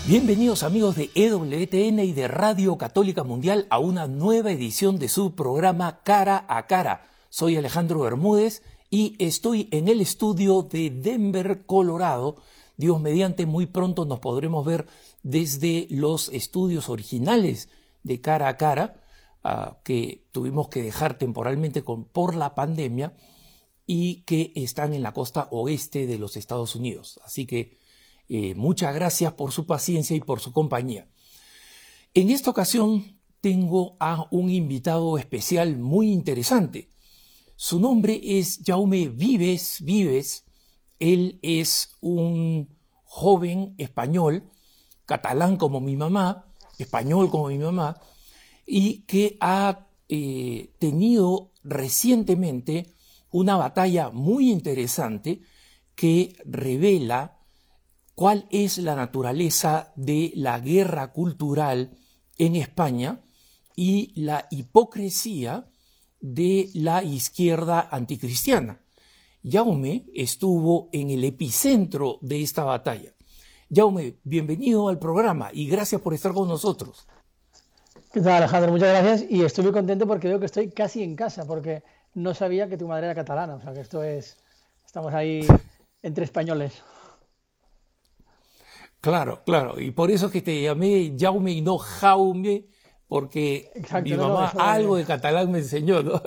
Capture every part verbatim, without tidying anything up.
Bienvenidos amigos de E W T N y de Radio Católica Mundial a una nueva edición de su programa Cara a Cara. Soy Alejandro Bermúdez y estoy en el estudio de Denver, Colorado. Dios mediante, muy pronto nos podremos ver desde los estudios originales de Cara a Cara, uh, que tuvimos que dejar temporalmente con, por la pandemia y que están en la costa oeste de los Estados Unidos. Así que Eh, muchas gracias por su paciencia y por su compañía. En esta ocasión tengo a un invitado especial muy interesante. Su nombre es Jaume Vives Vives. Él es un joven español, catalán como mi mamá, español como mi mamá, y que ha eh, tenido recientemente una batalla muy interesante que revela cuál es la naturaleza de la guerra cultural en España y la hipocresía de la izquierda anticristiana. Jaume estuvo en el epicentro de esta batalla. Jaume, bienvenido al programa y gracias por estar con nosotros. ¿Qué tal, Alejandro? Muchas gracias y estoy muy contento porque veo que estoy casi en casa, porque no sabía que tu madre era catalana, o sea que esto es, estamos ahí entre españoles. Claro, claro, y por eso es que te llamé Jaume y no Jaume, porque Exacto, mi no, mamá no, algo de... de catalán me enseñó, ¿no?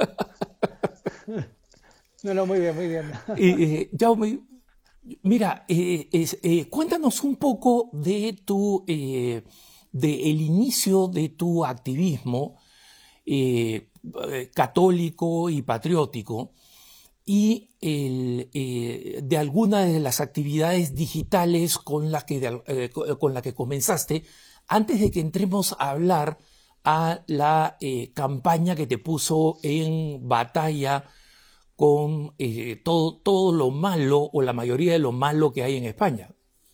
No, no, muy bien, muy bien. eh, eh, Jaume, mira, eh, es, eh, cuéntanos un poco de tu, eh, de el inicio de tu activismo eh, católico y patriótico, y el, eh, de algunas de las actividades digitales con las que, eh, con la que comenzaste, antes de que entremos a hablar a la eh, campaña que te puso en batalla con eh, todo, todo lo malo o la mayoría de lo malo que hay en España.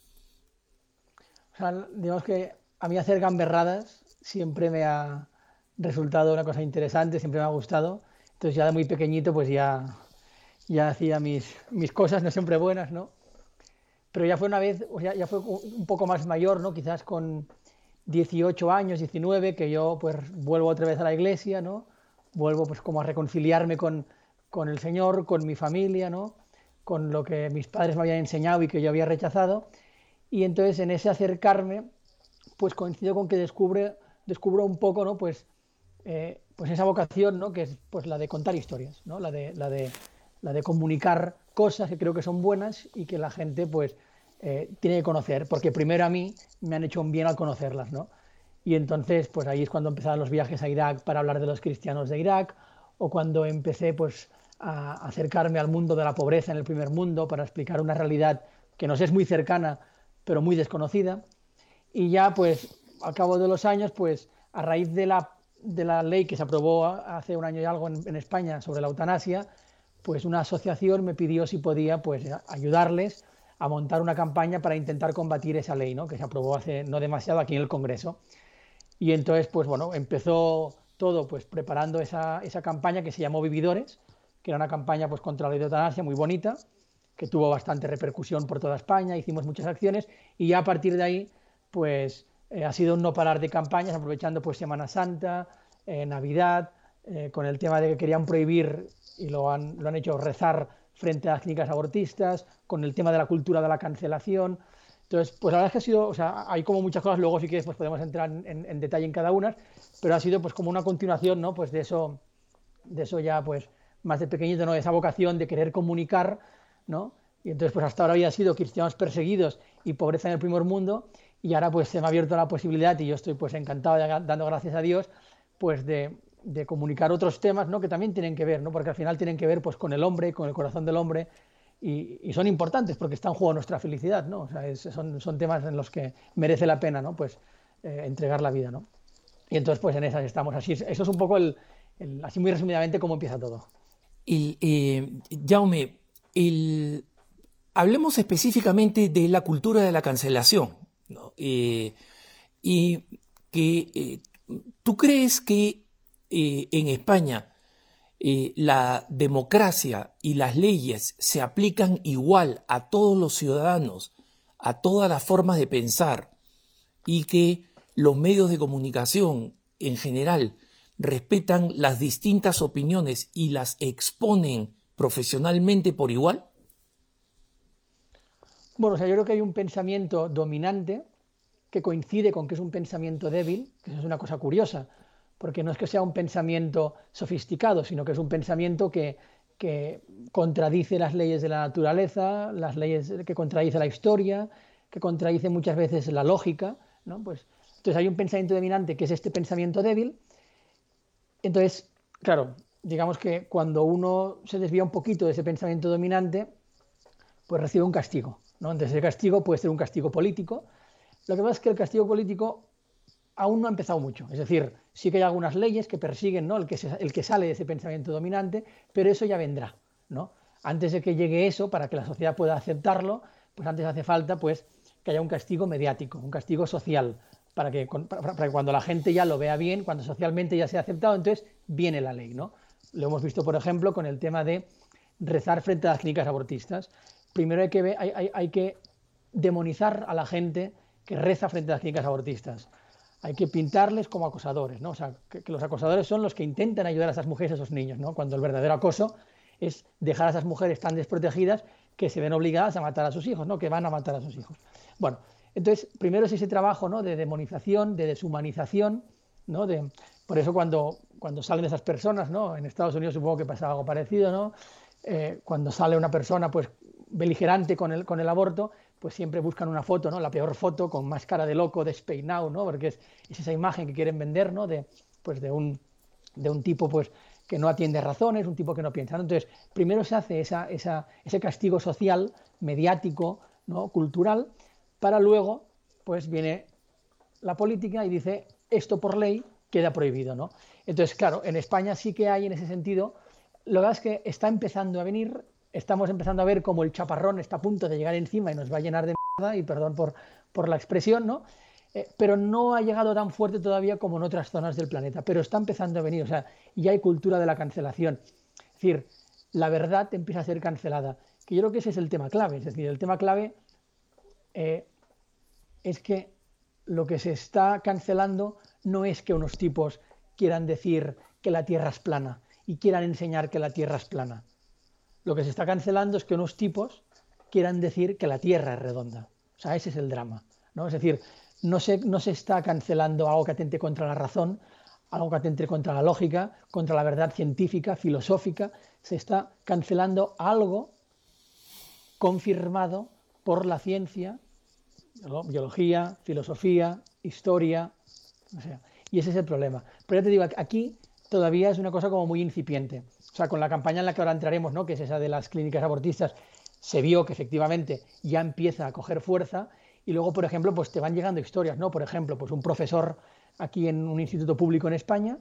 O sea, digamos que a mí hacer gamberradas siempre me ha resultado una cosa interesante, siempre me ha gustado. Entonces ya de muy pequeñito pues ya... ya hacía mis, mis cosas, no siempre buenas, ¿no? Pero ya fue una vez, o sea, ya fue un poco más mayor, ¿no? Quizás con dieciocho años, diecinueve, que yo pues vuelvo otra vez a la iglesia, ¿no? Vuelvo pues como a reconciliarme con, con el Señor, con mi familia, ¿no? Con lo que mis padres me habían enseñado y que yo había rechazado. Y entonces en ese acercarme, pues coincido con que descubre, descubro un poco, ¿no? Pues, eh, pues esa vocación, ¿no? Que es pues la de contar historias, ¿no? La de, la de la de comunicar cosas que creo que son buenas y que la gente pues eh, tiene que conocer, porque primero a mí me han hecho un bien al conocerlas, ¿no? Y entonces pues ahí es cuando empezaron los viajes a Irak para hablar de los cristianos de Irak, o cuando empecé pues a acercarme al mundo de la pobreza en el primer mundo para explicar una realidad que nos es muy cercana pero muy desconocida. Y ya pues al cabo de los años pues a raíz de la, de la ley que se aprobó hace un año y algo en, en España sobre la eutanasia, pues una asociación me pidió si podía pues ayudarles a montar una campaña para intentar combatir esa ley, ¿no? Que se aprobó hace no demasiado aquí en el Congreso. Y entonces, pues bueno, empezó todo pues preparando esa, esa campaña que se llamó Vividores, que era una campaña pues contra la ley de eutanasia muy bonita, que tuvo bastante repercusión por toda España, hicimos muchas acciones y ya a partir de ahí pues eh, ha sido un no parar de campañas, aprovechando pues Semana Santa, eh, Navidad, eh, con el tema de que querían prohibir y lo han, lo han hecho rezar frente a las clínicas abortistas, con el tema de la cultura de la cancelación. Entonces, pues la verdad es que ha sido, o sea, hay como muchas cosas, luego si quieres pues podemos entrar en, en, en detalle en cada una, pero ha sido pues como una continuación, ¿no? Pues de eso, de eso ya pues más de pequeñito, ¿no? De esa vocación de querer comunicar, ¿no? Y entonces pues hasta ahora había sido cristianos perseguidos y pobreza en el primer mundo, y ahora pues se me ha abierto la posibilidad y yo estoy pues encantado, dando gracias a Dios, pues de de comunicar otros temas, ¿no? Que también tienen que ver, ¿no? Porque al final tienen que ver pues con el hombre, con el corazón del hombre, y, y son importantes porque está en juego nuestra felicidad, ¿no? O sea, es, son, son temas en los que merece la pena, ¿no? Pues eh, entregar la vida, ¿no? Y entonces pues en esas estamos. Así, eso es un poco el, el así muy resumidamente cómo empieza todo. El, eh, Jaume, el, hablemos específicamente de la cultura de la cancelación, ¿no? Eh, y que eh, tú crees que eh, en España eh, la democracia y las leyes se aplican igual a todos los ciudadanos, a todas las formas de pensar, y que los medios de comunicación en general respetan las distintas opiniones y las exponen profesionalmente por igual? Bueno, o sea, yo creo que hay un pensamiento dominante que coincide con que es un pensamiento débil, que eso es una cosa curiosa, porque no es que sea un pensamiento sofisticado, sino que es un pensamiento que, que contradice las leyes de la naturaleza, las leyes que contradice la historia, que contradice muchas veces la lógica, ¿no? Pues, entonces hay un pensamiento dominante que es este pensamiento débil. Entonces, claro, digamos que cuando uno se desvía un poquito de ese pensamiento dominante, pues recibe un castigo, ¿no? Entonces el castigo puede ser un castigo político. Lo que pasa es que el castigo político aún no ha empezado mucho. Es decir, sí que hay algunas leyes que persiguen, ¿no?, el, que se, el que sale de ese pensamiento dominante, pero eso ya vendrá, ¿no? Antes de que llegue eso, para que la sociedad pueda aceptarlo, pues antes hace falta pues, que haya un castigo mediático, un castigo social, para que, para, para que cuando la gente ya lo vea bien, cuando socialmente ya sea aceptado, entonces viene la ley, ¿no? Lo hemos visto, por ejemplo, con el tema de rezar frente a las clínicas abortistas. Primero hay que, ver, hay, hay, hay que demonizar a la gente que reza frente a las clínicas abortistas. Hay que pintarles como acosadores, ¿no? O sea, que, que los acosadores son los que intentan ayudar a esas mujeres y a esos niños, ¿no? Cuando el verdadero acoso es dejar a esas mujeres tan desprotegidas que se ven obligadas a matar a sus hijos, ¿no? Que van a matar a sus hijos. Bueno, entonces, primero es ese trabajo, ¿no?, de demonización, de deshumanización, ¿no? De, por eso cuando, cuando salen esas personas, ¿no?, en Estados Unidos supongo que pasa algo parecido, ¿no? Eh, cuando sale una persona, pues, beligerante con el, con el aborto, pues siempre buscan una foto, ¿no?, la peor foto, con más cara de loco, despeinado, ¿no?, porque es, es esa imagen que quieren vender, ¿no?, de, pues de, un, de un tipo, pues, que no atiende razones, un tipo que no piensa, ¿no? Entonces, primero se hace esa, esa, ese castigo social, mediático, ¿no?, cultural, para luego, pues viene la política y dice, esto por ley queda prohibido, ¿no? Entonces, claro, en España sí que hay en ese sentido, lo que pasa es que está empezando a venir, estamos empezando a ver cómo el chaparrón está a punto de llegar encima y nos va a llenar de mierda, y perdón por, por la expresión, ¿no? Eh, pero no ha llegado tan fuerte todavía como en otras zonas del planeta, pero está empezando a venir, o sea, ya hay cultura de la cancelación. Es decir, la verdad empieza a ser cancelada, que yo creo que ese es el tema clave, es decir, el tema clave eh, es que lo que se está cancelando no es que unos tipos quieran decir que la Tierra es plana y quieran enseñar que la Tierra es plana. Lo que se está cancelando es que unos tipos quieran decir que la Tierra es redonda. O sea, ese es el drama, ¿no? Es decir, no se, no se está cancelando algo que atente contra la razón, algo que atente contra la lógica, contra la verdad científica, filosófica. Se está cancelando algo confirmado por la ciencia, biología, filosofía, historia, o sea, y ese es el problema. Pero ya te digo, aquí todavía es una cosa como muy incipiente. O sea, con la campaña en la que ahora entraremos, ¿no?, que es esa de las clínicas abortistas, se vio que efectivamente ya empieza a coger fuerza, y luego, por ejemplo, pues te van llegando historias, ¿no? Por ejemplo, pues un profesor aquí en un instituto público en España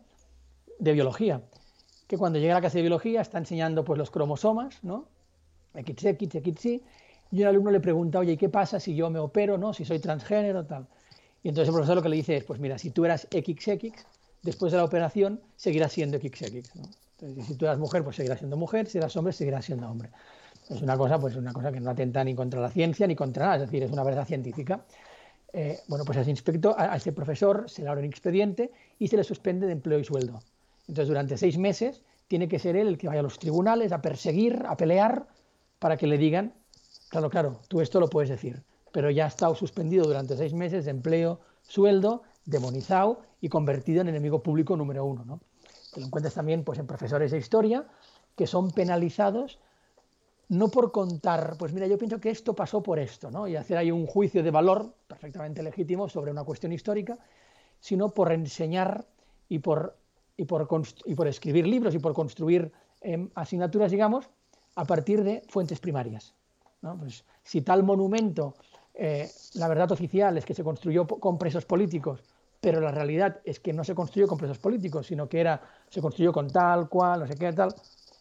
de biología, que cuando llega a la clase de biología está enseñando pues los cromosomas, ¿no? equis equis, equis y, y un alumno le pregunta, oye, ¿y qué pasa si yo me opero, ¿no?, si soy transgénero, tal? Y entonces el profesor lo que le dice es, pues mira, si tú eras equis equis, después de la operación seguirás siendo equis equis, ¿no? Entonces, si tú eras mujer, pues seguirás siendo mujer, si eras hombre, seguirás siendo hombre. Es una cosa, pues una cosa que no atenta ni contra la ciencia ni contra nada, es decir, es una verdad científica. Eh, bueno, pues a ese inspector, a, a ese profesor se le abre un expediente y se le suspende de empleo y sueldo. Entonces, durante seis meses tiene que ser él el que vaya a los tribunales a perseguir, a pelear, para que le digan, claro, claro, tú esto lo puedes decir, pero ya ha estado suspendido durante seis meses de empleo, sueldo, demonizado y convertido en enemigo público número uno, ¿no? Te lo encuentras también pues, en profesores de historia que son penalizados no por contar, pues mira, yo pienso que esto pasó por esto, ¿no?, y hacer ahí un juicio de valor perfectamente legítimo sobre una cuestión histórica, sino por enseñar y por, y por, y por escribir libros y por construir eh, asignaturas, digamos, a partir de fuentes primarias, ¿no? Pues, si tal monumento, eh, la verdad oficial es que se construyó con presos políticos, pero la realidad es que no se construyó con presos políticos, sino que era, se construyó con tal, cual, no sé qué, tal,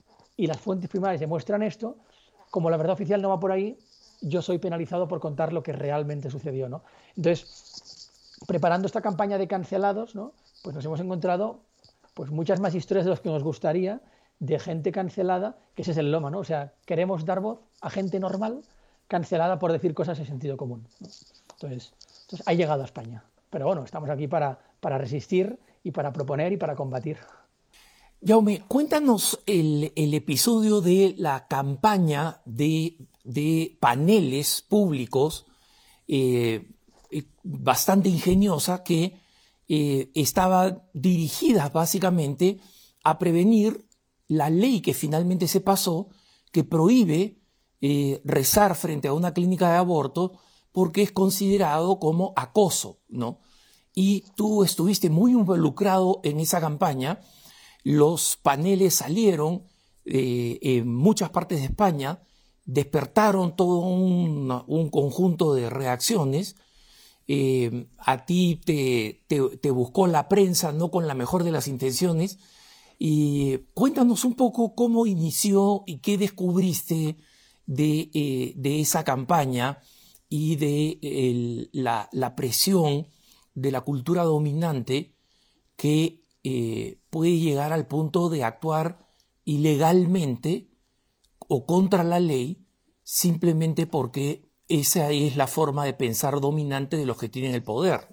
y las fuentes primarias demuestran esto, como la verdad oficial no va por ahí, yo soy penalizado por contar lo que realmente sucedió, ¿no? Entonces, preparando esta campaña de cancelados, ¿no?, pues nos hemos encontrado pues muchas más historias de las que nos gustaría, de gente cancelada, que ese es el lema, ¿no? O sea, queremos dar voz a gente normal cancelada por decir cosas de sentido común, ¿no? Entonces, entonces, ha llegado a España. pero bueno, estamos aquí para, para resistir y para proponer y para combatir. Jaume, cuéntanos el, el episodio de la campaña de, de paneles públicos eh, bastante ingeniosa que eh, estaba dirigida básicamente a prevenir la ley que finalmente se pasó que prohíbe eh, rezar frente a una clínica de aborto porque es considerado como acoso, ¿no? Y tú estuviste muy involucrado en esa campaña. Los paneles salieron eh, en muchas partes de España, despertaron todo un, un conjunto de reacciones. Eh, a ti te, te, te buscó la prensa, no con la mejor de las intenciones. Y cuéntanos un poco cómo inició y qué descubriste de, eh, de esa campaña y de el, la, la presión de la cultura dominante que eh, puede llegar al punto de actuar ilegalmente o contra la ley simplemente porque esa es la forma de pensar dominante de los que tienen el poder.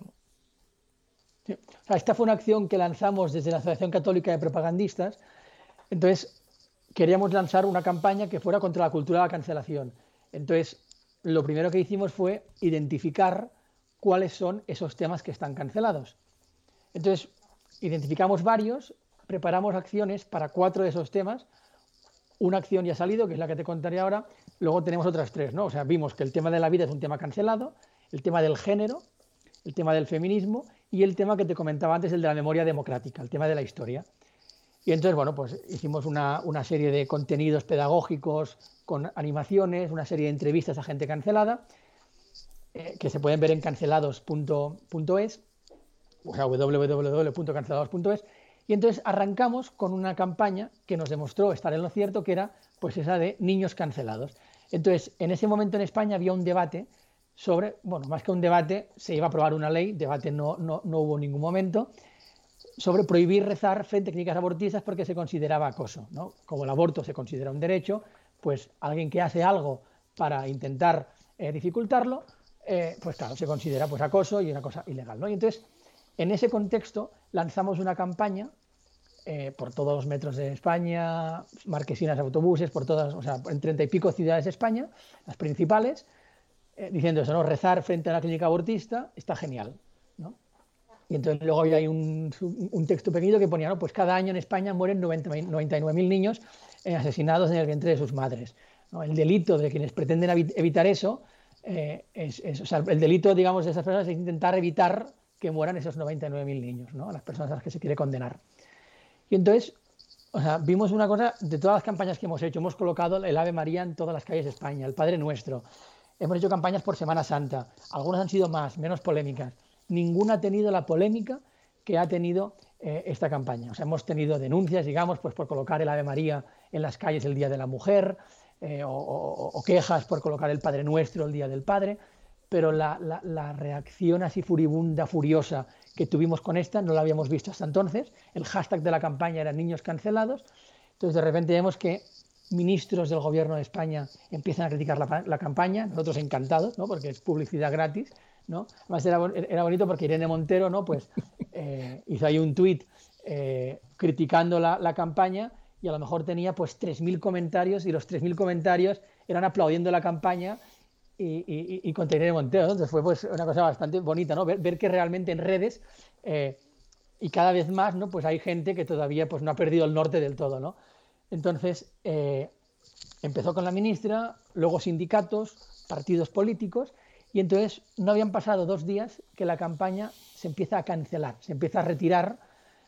Sí. O sea, esta fue una acción que lanzamos desde la Asociación Católica de Propagandistas. Entonces, queríamos lanzar una campaña que fuera contra la cultura de la cancelación. Entonces, lo primero que hicimos fue identificar cuáles son esos temas que están cancelados. Entonces, identificamos varios, preparamos acciones para cuatro de esos temas. Una acción ya ha salido, que es la que te contaré ahora. Luego tenemos otras tres, ¿no? O sea, vimos que el tema de la vida es un tema cancelado, el tema del género, el tema del feminismo y el tema que te comentaba antes, el de la memoria democrática, el tema de la historia. Y entonces, bueno, pues hicimos una, una serie de contenidos pedagógicos con animaciones, una serie de entrevistas a gente cancelada, eh, que se pueden ver en cancelados punto es, o sea, doble u doble u doble u punto cancelados punto es. Y entonces arrancamos con una campaña que nos demostró estar en lo cierto, que era pues esa de niños cancelados. Entonces, en ese momento en España había un debate sobre, bueno, más que un debate, se iba a aprobar una ley, debate no, no, no hubo en ningún momento, sobre prohibir rezar frente a clínicas abortistas porque se consideraba acoso, ¿no? Como el aborto se considera un derecho, pues alguien que hace algo para intentar eh, dificultarlo, eh, pues claro, se considera pues acoso y una cosa ilegal, ¿no? Y entonces, en ese contexto, lanzamos una campaña eh, por todos los metros de España, marquesinas de autobuses, por todas, o sea, en treinta y pico ciudades de España, las principales, eh, diciendo eso, ¿no? Rezar frente a una clínica abortista está genial, ¿no? Y entonces luego hay un, un texto pequeño que ponía, ¿no? Pues cada año en España mueren noventa y nueve mil niños eh, asesinados en el vientre de sus madres, ¿no? El delito de quienes pretenden evitar eso, eh, es, es, o sea, el delito, digamos, de esas personas es intentar evitar que mueran esos noventa y nueve mil niños, ¿no? A las personas a las que se quiere condenar. Y entonces, o sea, vimos una cosa de todas las campañas que hemos hecho. Hemos colocado el Ave María en todas las calles de España, el Padre Nuestro. Hemos hecho campañas por Semana Santa. Algunas han sido más, menos polémicas. Ninguna ha tenido la polémica que ha tenido eh, esta campaña. O sea, hemos tenido denuncias, digamos, pues por colocar el Ave María en las calles el Día de la Mujer, eh, o, o, o quejas por colocar el Padre Nuestro el Día del Padre, pero la, la, la reacción así furibunda, furiosa que tuvimos con esta no la habíamos visto hasta entonces. El hashtag de la campaña era niños cancelados. Entonces, de repente vemos que ministros del gobierno de España empiezan a criticar la, la campaña, nosotros encantados, ¿no? Porque es publicidad gratis, ¿no? Además era, era bonito porque Irene Montero, ¿no? Pues eh, hizo ahí un tuit eh, criticando la, la campaña y a lo mejor tenía pues tres mil comentarios y los tres mil comentarios eran aplaudiendo la campaña y, y, y contra Irene Montero, ¿no? Entonces fue pues una cosa bastante bonita, ¿no? Ver, ver que realmente en redes eh, y cada vez más, ¿no? Pues hay gente que todavía pues no ha perdido el norte del todo, ¿no? Entonces eh, empezó con la ministra, luego sindicatos, partidos políticos. Y entonces no habían pasado dos días que la campaña se empieza a cancelar, se empieza a retirar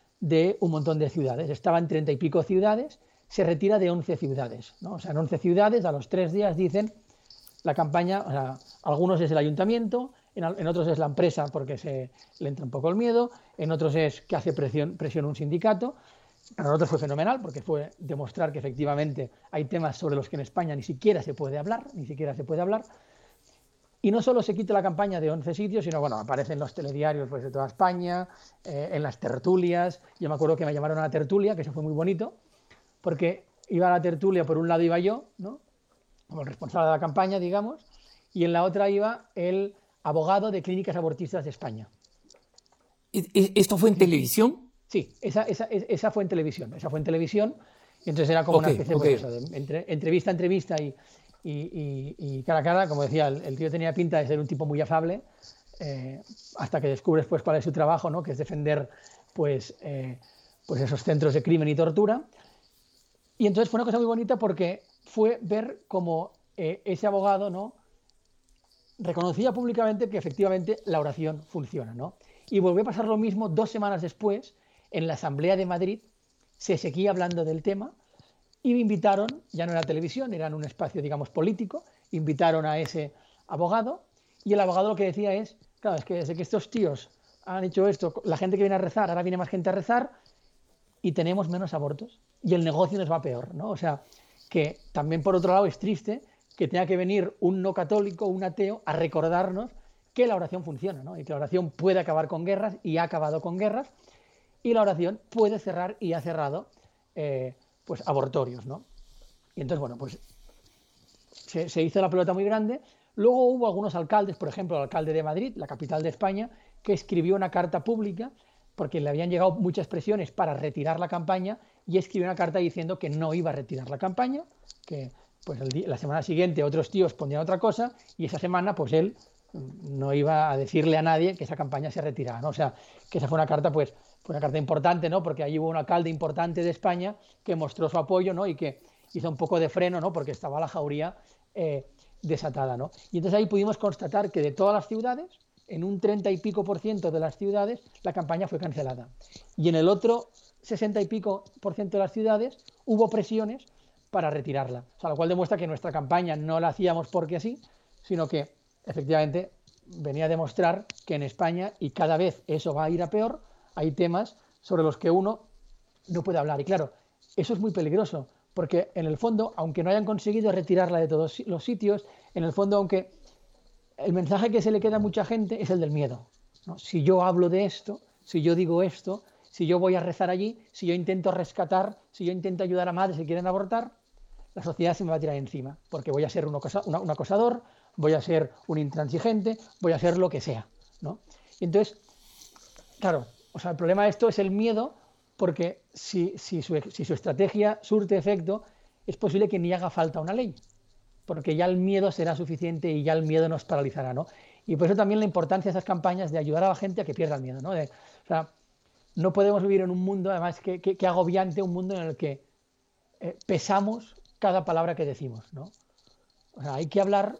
de un montón de ciudades. Estaba en treinta y pico ciudades, se retira de once ciudades, ¿no? O sea, en once ciudades a los tres días dicen la campaña, o sea, algunos es el ayuntamiento, en, en otros es la empresa porque se le entra un poco el miedo, en otros es que hace presión, presión un sindicato. Para nosotros fue fenomenal porque fue demostrar que efectivamente hay temas sobre los que en España ni siquiera se puede hablar, ni siquiera se puede hablar. Y no solo se quita la campaña de once sitios, sino, bueno, aparecen los telediarios pues, de toda España, eh, en las tertulias. Yo me acuerdo que me llamaron a la tertulia, que eso fue muy bonito, porque iba a la tertulia, por un lado iba yo, ¿no? Como el responsable de la campaña, digamos, y en la otra iba el abogado de Clínicas Abortistas de España. ¿Esto fue en televisión? Sí, esa, esa, esa fue en televisión. Esa fue en televisión. Y entonces era como okay, una especie okay. pues, eso, de entre, entrevista a entrevista y, y, y, y cara a cara. Como decía, el, el tío tenía pinta de ser un tipo muy afable, eh, hasta que descubres pues, cuál es su trabajo, ¿no? Que es defender pues, eh, pues esos centros de crimen y tortura. Y entonces fue una cosa muy bonita porque fue ver cómo eh, ese abogado, ¿no? reconocía públicamente que efectivamente la oración funciona, ¿no? Y volvió a pasar lo mismo dos semanas después, en la Asamblea de Madrid, se seguía hablando del tema y me invitaron, ya no era televisión, era en un espacio, digamos, político, invitaron a ese abogado y el abogado lo que decía es, claro, es que desde que estos tíos han hecho esto, la gente que viene a rezar, ahora viene más gente a rezar y tenemos menos abortos y el negocio nos va peor, ¿no? O sea, que también por otro lado es triste que tenga que venir un no católico, un ateo, a recordarnos que la oración funciona, ¿no? Y que la oración puede acabar con guerras y ha acabado con guerras, y la oración puede cerrar y ha cerrado eh, pues abortorios, ¿no? Y entonces, bueno, pues se, se hizo la pelota muy grande. Luego hubo algunos alcaldes, por ejemplo, el alcalde de Madrid, la capital de España, que escribió una carta pública porque le habían llegado muchas presiones para retirar la campaña y escribió una carta diciendo que no iba a retirar la campaña, que pues el día, la semana siguiente otros tíos pondrían otra cosa y esa semana pues él no iba a decirle a nadie que esa campaña se retirara, ¿no? O sea, que esa fue una carta pues fue una carta importante, ¿no? Porque ahí hubo un alcalde importante de España que mostró su apoyo, ¿no? Y que hizo un poco de freno, ¿no? Porque estaba la jauría eh, desatada, ¿no? Y entonces ahí pudimos constatar que de todas las ciudades, en un treinta y pico por ciento de las ciudades, la campaña fue cancelada. Y en el otro sesenta y pico por ciento de las ciudades hubo presiones para retirarla. O sea, lo cual demuestra que nuestra campaña no la hacíamos porque así, sino que efectivamente venía a demostrar que en España, y cada vez eso va a ir a peor, hay temas sobre los que uno no puede hablar. Y claro, eso es muy peligroso, porque en el fondo, aunque no hayan conseguido retirarla de todos los sitios, en el fondo, aunque el mensaje que se le queda a mucha gente es el del miedo, ¿no? Si yo hablo de esto, si yo digo esto, si yo voy a rezar allí, si yo intento rescatar, si yo intento ayudar a madres que quieren abortar, la sociedad se me va a tirar encima, porque voy a ser un, acosa, una, un acosador, voy a ser un intransigente, voy a ser lo que sea, ¿no? Y entonces, claro, o sea, el problema de esto es el miedo, porque si, si, su, si su estrategia surte efecto, es posible que ni haga falta una ley, porque ya el miedo será suficiente y ya el miedo nos paralizará, ¿no? Y por eso también la importancia de esas campañas de ayudar a la gente a que pierda el miedo, ¿no? De, o sea, no podemos vivir en un mundo, además, que, que, que agobiante, un mundo en el que eh, pesamos cada palabra que decimos, ¿no? O sea, hay que hablar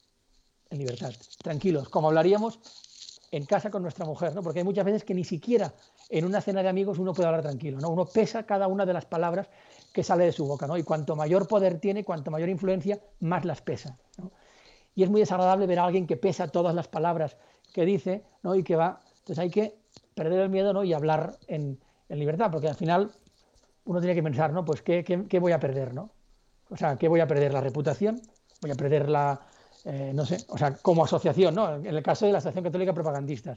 en libertad, tranquilos, como hablaríamos en casa con nuestra mujer, ¿no? Porque hay muchas veces que ni siquiera en una cena de amigos uno puede hablar tranquilo, ¿no? Uno pesa cada una de las palabras que sale de su boca, ¿no? Y cuanto mayor poder tiene, cuanto mayor influencia, más las pesa, ¿no? Y es muy desagradable ver a alguien que pesa todas las palabras que dice, ¿no? Y que va... Entonces hay que perder el miedo, ¿no? Y hablar en, en libertad, porque al final uno tiene que pensar, ¿no? Pues ¿qué, qué, qué voy a perder, ¿no? O sea, ¿qué voy a perder? ¿La reputación? ¿Voy a perder la... Eh, no sé, o sea, como asociación, ¿no? En el caso de la Asociación Católica de Propagandistas.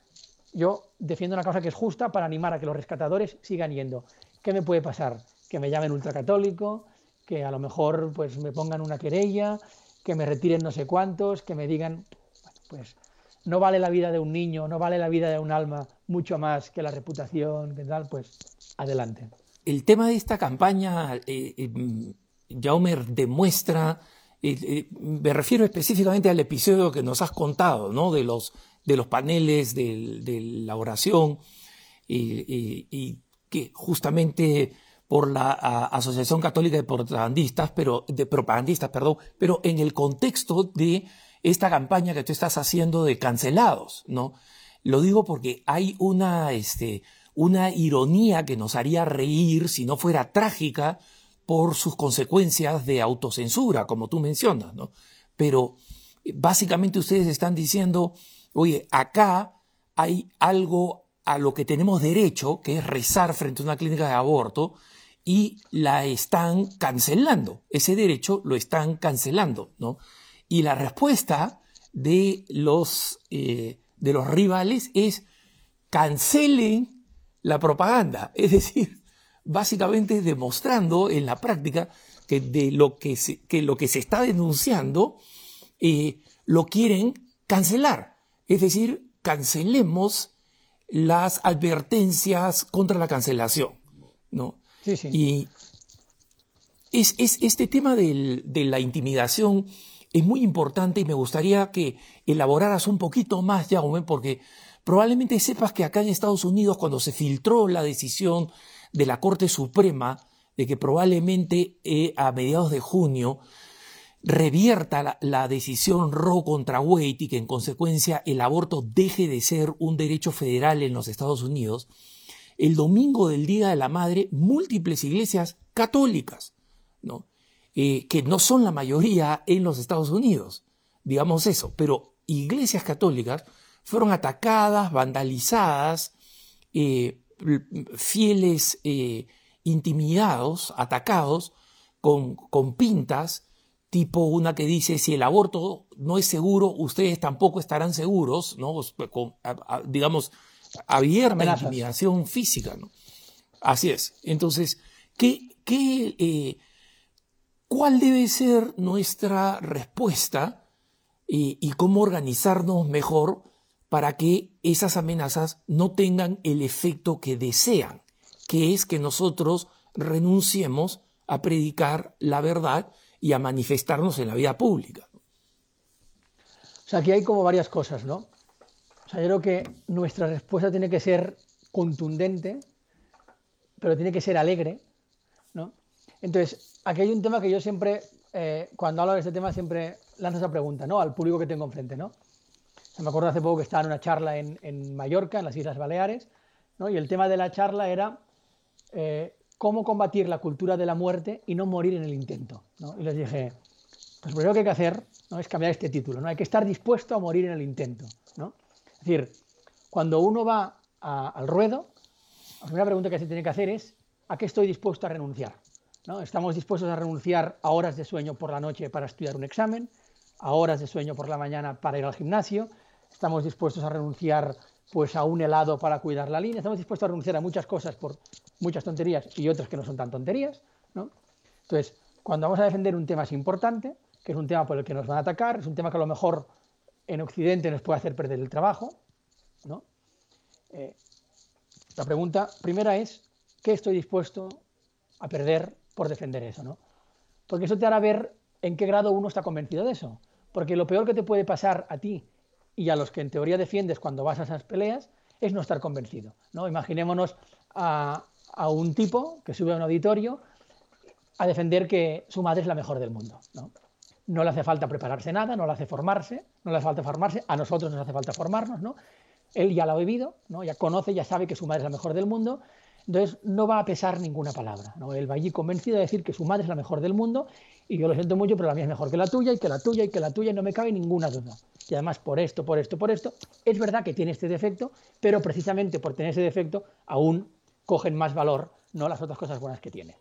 Yo defiendo una causa que es justa para animar a que los rescatadores sigan yendo. ¿Qué me puede pasar? Que me llamen ultracatólico, que a lo mejor pues me pongan una querella, que me retiren no sé cuántos, que me digan... Bueno, pues no vale la vida de un niño, no vale la vida de un alma mucho más que la reputación, que tal, pues adelante. El tema de esta campaña, eh, eh, Jaume, demuestra... Eh, eh, me refiero específicamente al episodio que nos has contado, ¿no? De los, de los paneles, de, de la oración, y, y, y que justamente por la a, Asociación Católica de Propagandistas, pero, de propagandistas, perdón, pero en el contexto de esta campaña que tú estás haciendo de cancelados, ¿no? Lo digo porque hay una, este, una ironía que nos haría reír si no fuera trágica, por sus consecuencias de autocensura, como tú mencionas, ¿no? Pero básicamente ustedes están diciendo, oye, acá hay algo a lo que tenemos derecho, que es rezar frente a una clínica de aborto, y la están cancelando. Ese derecho lo están cancelando, ¿no? Y la respuesta de los, eh, de los rivales es cancelen la propaganda. Es decir, básicamente demostrando en la práctica que de lo que se, que lo que se está denunciando eh, lo quieren cancelar. Es decir, cancelemos las advertencias contra la cancelación, ¿no? Sí, sí. Y es, es, este tema del, de la intimidación es muy importante y me gustaría que elaboraras un poquito más, Jaume, porque probablemente sepas que acá en Estados Unidos, cuando se filtró la decisión de la Corte Suprema de que probablemente eh, a mediados de junio revierta la, la decisión Roe contra Wade y que en consecuencia el aborto deje de ser un derecho federal en los Estados Unidos, el domingo del Día de la Madre, múltiples iglesias católicas, ¿no? Eh, que no son la mayoría en los Estados Unidos, digamos eso, pero iglesias católicas fueron atacadas, vandalizadas, eh, fieles eh, intimidados, atacados con, con pintas, tipo una que dice, si el aborto no es seguro, ustedes tampoco estarán seguros, ¿no? Con, a, a, digamos, abierta Amenazas. intimidación física, ¿no? Así es. Entonces, ¿qué, qué, eh, ¿cuál debe ser nuestra respuesta eh, y cómo organizarnos mejor para que esas amenazas no tengan el efecto que desean, que es que nosotros renunciemos a predicar la verdad y a manifestarnos en la vida pública? O sea, aquí hay como varias cosas, ¿no? O sea, yo creo que nuestra respuesta tiene que ser contundente, pero tiene que ser alegre, ¿no? Entonces, aquí hay un tema que yo siempre, eh, cuando hablo de este tema, siempre lanzo esa pregunta, ¿no? Al público que tengo enfrente, ¿no? O sea, me acuerdo hace poco que estaba en una charla en, en Mallorca, en las Islas Baleares, ¿no? Y el tema de la charla era eh, cómo combatir la cultura de la muerte y no morir en el intento, ¿no? Y les dije, pues lo primero que hay que hacer, ¿no?, es cambiar este título, ¿no? Hay que estar dispuesto a morir en el intento, ¿no? Es decir, cuando uno va a, al ruedo, la primera pregunta que se tiene que hacer es ¿a qué estoy dispuesto a renunciar? ¿No? ¿Estamos dispuestos a renunciar a horas de sueño por la noche para estudiar un examen? ¿A horas de sueño por la mañana para ir al gimnasio? ¿Estamos dispuestos a renunciar pues, a un helado para cuidar la línea? ¿Estamos dispuestos a renunciar a muchas cosas por muchas tonterías y otras que no son tan tonterías, ¿no? Entonces, cuando vamos a defender un tema es importante, que es un tema por el que nos van a atacar, es un tema que a lo mejor en Occidente nos puede hacer perder el trabajo, ¿no? Eh, la pregunta primera es, ¿qué estoy dispuesto a perder por defender eso, ¿no? Porque eso te hará ver en qué grado uno está convencido de eso. Porque lo peor que te puede pasar a ti y a los que en teoría defiendes cuando vas a esas peleas es no estar convencido, ¿no? Imaginémonos a, a un tipo que sube a un auditorio a defender que su madre es la mejor del mundo, ¿no? No le hace falta prepararse nada, no le hace formarse, no le hace falta formarse, a nosotros nos hace falta formarnos, ¿no? Él ya lo ha vivido, ¿no? Ya conoce, ya sabe que su madre es la mejor del mundo, entonces no va a pesar ninguna palabra, ¿no? Él va allí convencido de decir que su madre es la mejor del mundo y yo lo siento mucho, pero la mía es mejor que la tuya y que la tuya y que la tuya y no me cabe ninguna duda. Y además por esto, por esto, por esto, es verdad que tiene este defecto, pero precisamente por tener ese defecto aún cogen más valor, ¿no?, las otras cosas buenas que tiene.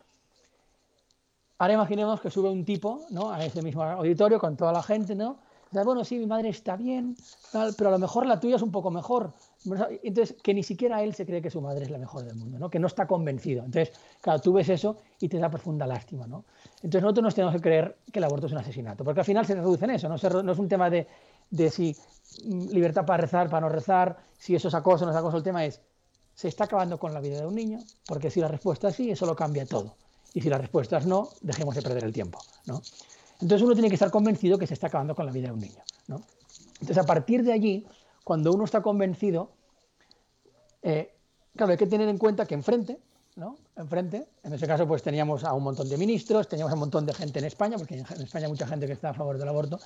Ahora imaginemos que sube un tipo, ¿no?, a ese mismo auditorio con toda la gente, ¿no? O sea, bueno, sí, mi madre está bien, tal, pero a lo mejor la tuya es un poco mejor. Entonces, que ni siquiera él se cree que su madre es la mejor del mundo, ¿no? Que no está convencido. Entonces, claro, tú ves eso y te da profunda lástima, ¿no? Entonces, nosotros nos tenemos que creer que el aborto es un asesinato, porque al final se reduce en eso, no, se, no es un tema de, de si libertad para rezar, para no rezar, si eso es acoso o no es acoso. El tema es, ¿se está acabando con la vida de un niño? Porque si la respuesta es sí, eso lo cambia todo. Y si la respuesta es no, dejemos de perder el tiempo, ¿no? Entonces uno tiene que estar convencido que se está acabando con la vida de un niño, ¿no? Entonces a partir de allí, cuando uno está convencido, eh, claro, hay que tener en cuenta que enfrente, ¿no? Enfrente, en ese caso pues teníamos a un montón de ministros, teníamos a un montón de gente en España, porque en España hay mucha gente que está a favor del aborto,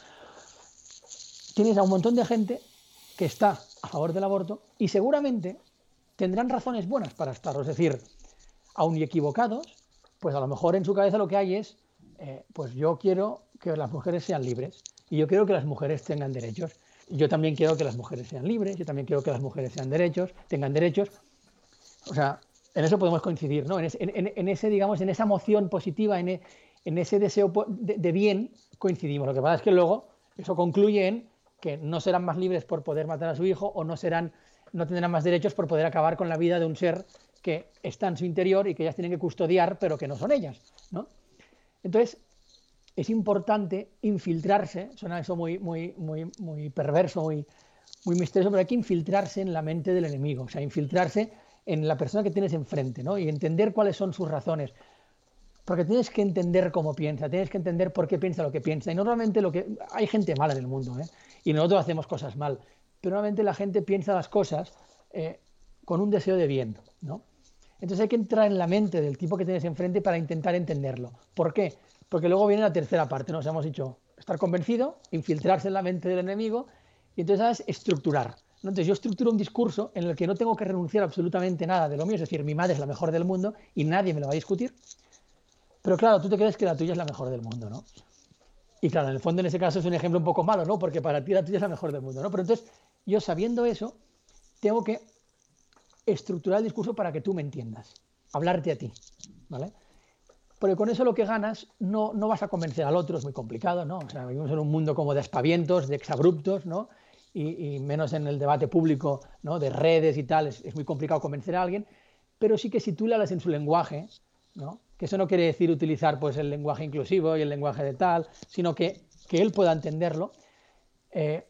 tienes a un montón de gente que está a favor del aborto y seguramente tendrán razones buenas para estarlo, es decir, aun y equivocados, pues a lo mejor en su cabeza lo que hay es Eh, pues yo quiero que las mujeres sean libres y yo quiero que las mujeres tengan derechos. Yo también quiero que las mujeres sean libres, yo también quiero que las mujeres sean derechos, tengan derechos. O sea, en eso podemos coincidir, ¿no? En, ese, en, en ese, digamos, en esa emoción positiva, en, en ese deseo de, de bien, coincidimos. Lo que pasa es que luego eso concluye en que no serán más libres por poder matar a su hijo o no, serán, no tendrán más derechos por poder acabar con la vida de un ser que está en su interior y que ellas tienen que custodiar, pero que no son ellas, ¿no? Entonces, es importante infiltrarse, suena eso muy, muy, muy, muy perverso, muy, muy misterioso, pero hay que infiltrarse en la mente del enemigo, o sea, infiltrarse en la persona que tienes enfrente, ¿no? Y entender cuáles son sus razones. Porque tienes que entender cómo piensa, tienes que entender por qué piensa lo que piensa. Y normalmente lo que hay gente mala en el mundo, ¿eh? Y nosotros hacemos cosas mal, pero normalmente la gente piensa las cosas eh, con un deseo de bien, ¿no? Entonces hay que entrar en la mente del tipo que tienes enfrente para intentar entenderlo. ¿Por qué? Porque luego viene la tercera parte, ¿no? O sea, hemos dicho estar convencido, infiltrarse en la mente del enemigo y entonces sabes estructurar, ¿no? Entonces yo estructuro un discurso en el que no tengo que renunciar absolutamente nada de lo mío, es decir, mi madre es la mejor del mundo y nadie me lo va a discutir. Pero claro, tú te crees que la tuya es la mejor del mundo, ¿no? Y claro, en el fondo en ese caso es un ejemplo un poco malo, ¿no? Porque para ti la tuya es la mejor del mundo, ¿no? Pero entonces yo sabiendo eso, tengo que estructurar el discurso para que tú me entiendas, hablarte a ti, ¿vale? Porque con eso lo que ganas no, no vas a convencer al otro, es muy complicado, ¿no? O sea, vivimos en un mundo como de aspavientos, de exabruptos, ¿no? Y, y menos en el debate público, ¿no? De redes y tal, es, es muy complicado convencer a alguien, pero sí que si tú le hablas en su lenguaje, ¿no? Que eso no quiere decir utilizar pues, el lenguaje inclusivo y el lenguaje de tal, sino que, que él pueda entenderlo, eh,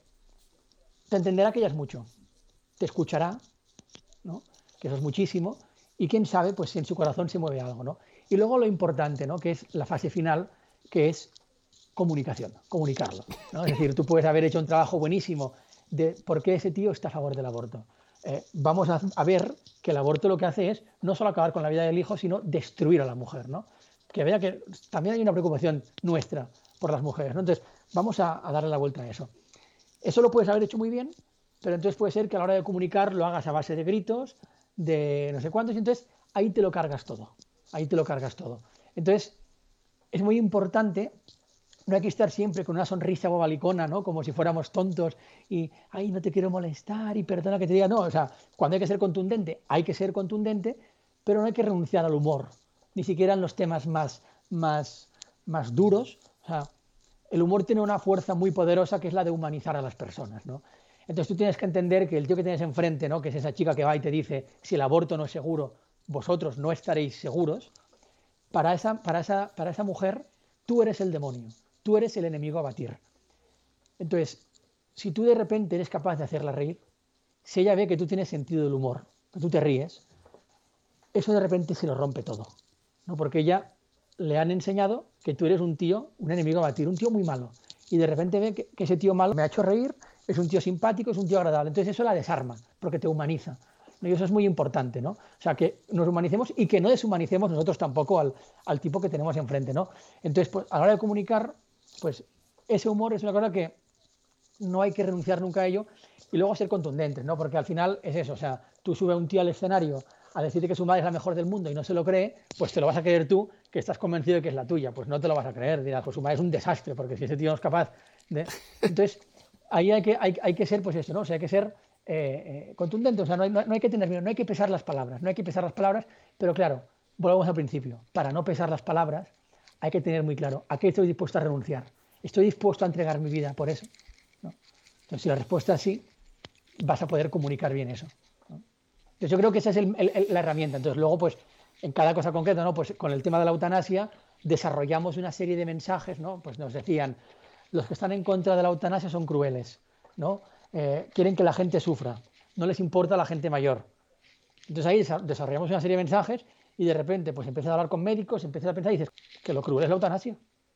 te entenderá que ya es mucho, te escuchará, ¿no? Que eso es muchísimo, y quién sabe pues, si en su corazón se mueve algo, ¿no? Y luego lo importante, ¿no? Que es la fase final, que es comunicación, comunicarlo, ¿no? Es decir, tú puedes haber hecho un trabajo buenísimo de por qué ese tío está a favor del aborto. Eh, vamos a, a ver que el aborto lo que hace es no solo acabar con la vida del hijo, sino destruir a la mujer, ¿no? Que vea que también hay una preocupación nuestra por las mujeres, ¿no? Entonces, vamos a, a darle la vuelta a eso. Eso lo puedes haber hecho muy bien, pero entonces puede ser que a la hora de comunicar lo hagas a base de gritos, de no sé cuántos, y entonces ahí te lo cargas todo, ahí te lo cargas todo. Entonces, es muy importante. No hay que estar siempre con una sonrisa bobalicona, ¿no? Como si fuéramos tontos y, ay, no te quiero molestar y perdona que te diga. No, o sea, cuando hay que ser contundente, hay que ser contundente, pero no hay que renunciar al humor, ni siquiera en los temas más, más, más duros. O sea, el humor tiene una fuerza muy poderosa que es la de humanizar a las personas, ¿no? Entonces tú tienes que entender que el tío que tienes enfrente, ¿no? Que es esa chica que va y te dice, si el aborto no es seguro, vosotros no estaréis seguros. Para esa, para esa, para esa mujer, tú eres el demonio. Tú eres el enemigo a batir. Entonces, si tú de repente eres capaz de hacerla reír, si ella ve que tú tienes sentido del humor, que tú te ríes, eso de repente se lo rompe todo, ¿no? Porque ella le han enseñado que tú eres un tío, un enemigo a batir, un tío muy malo. Y de repente ve que, que ese tío malo me ha hecho reír, es un tío simpático, es un tío agradable. Entonces eso la desarma, porque te humaniza. Y eso es muy importante, ¿no? O sea, que nos humanicemos y que no deshumanicemos nosotros tampoco al, al tipo que tenemos enfrente, ¿no? Entonces, pues, a la hora de comunicar, pues ese humor es una cosa que no hay que renunciar nunca a ello y luego ser contundentes, ¿no? Porque al final es eso, o sea, tú subes a un tío al escenario a decirte que su madre es la mejor del mundo y no se lo cree, pues te lo vas a creer tú, que estás convencido de que es la tuya, pues no te lo vas a creer, dirás, pues su madre es un desastre, porque si ese tío no es capaz de... Entonces, ahí hay que, hay, hay que ser, pues eso, ¿no? O sea, hay que ser eh, eh, contundente, o sea, no hay, no, no hay que tener miedo, no hay que pesar las palabras, no hay que pesar las palabras, pero claro, volvemos al principio, para no pesar las palabras, hay que tener muy claro a qué estoy dispuesto a renunciar. Estoy dispuesto a entregar mi vida por eso, ¿no? Entonces, si la respuesta es sí, vas a poder comunicar bien eso, ¿no? Entonces, yo creo que esa es el, el, la herramienta. Entonces, luego, pues, en cada cosa concreta, ¿no? Pues con el tema de la eutanasia, desarrollamos una serie de mensajes, ¿no? Pues nos decían, los que están en contra de la eutanasia son crueles, ¿no? Eh, quieren que la gente sufra, no les importa la gente mayor. Entonces, ahí desarrollamos una serie de mensajes y de repente, pues, empiezas a hablar con médicos, empiezas a pensar y dices que lo cruel es la eutanasia.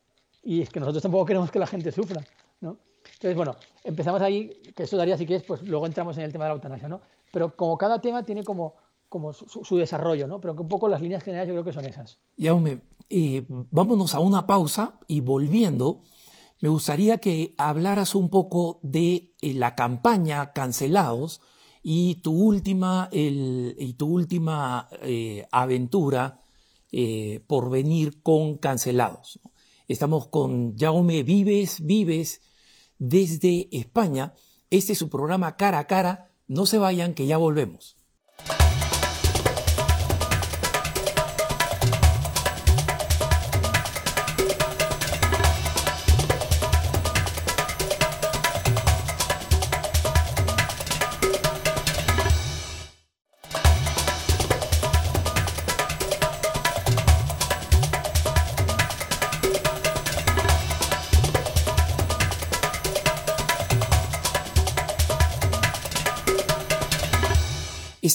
Y es que nosotros tampoco queremos que la gente sufra, ¿no? Entonces, bueno, empezamos ahí, que eso daría, si quieres, pues luego entramos en el tema de la eutanasia, ¿no? Pero como cada tema tiene como, como su, su desarrollo, ¿no? Pero que un poco las líneas generales yo creo que son esas. Jaume, eh, vámonos a una pausa y volviendo, me gustaría que hablaras un poco de eh, la campaña Cancelados y tu última, el, y tu última eh, aventura eh, por venir con Cancelados, ¿no? Estamos con Jaume Vives, Vives desde España. Este es su programa Cara a Cara. No se vayan, que ya volvemos.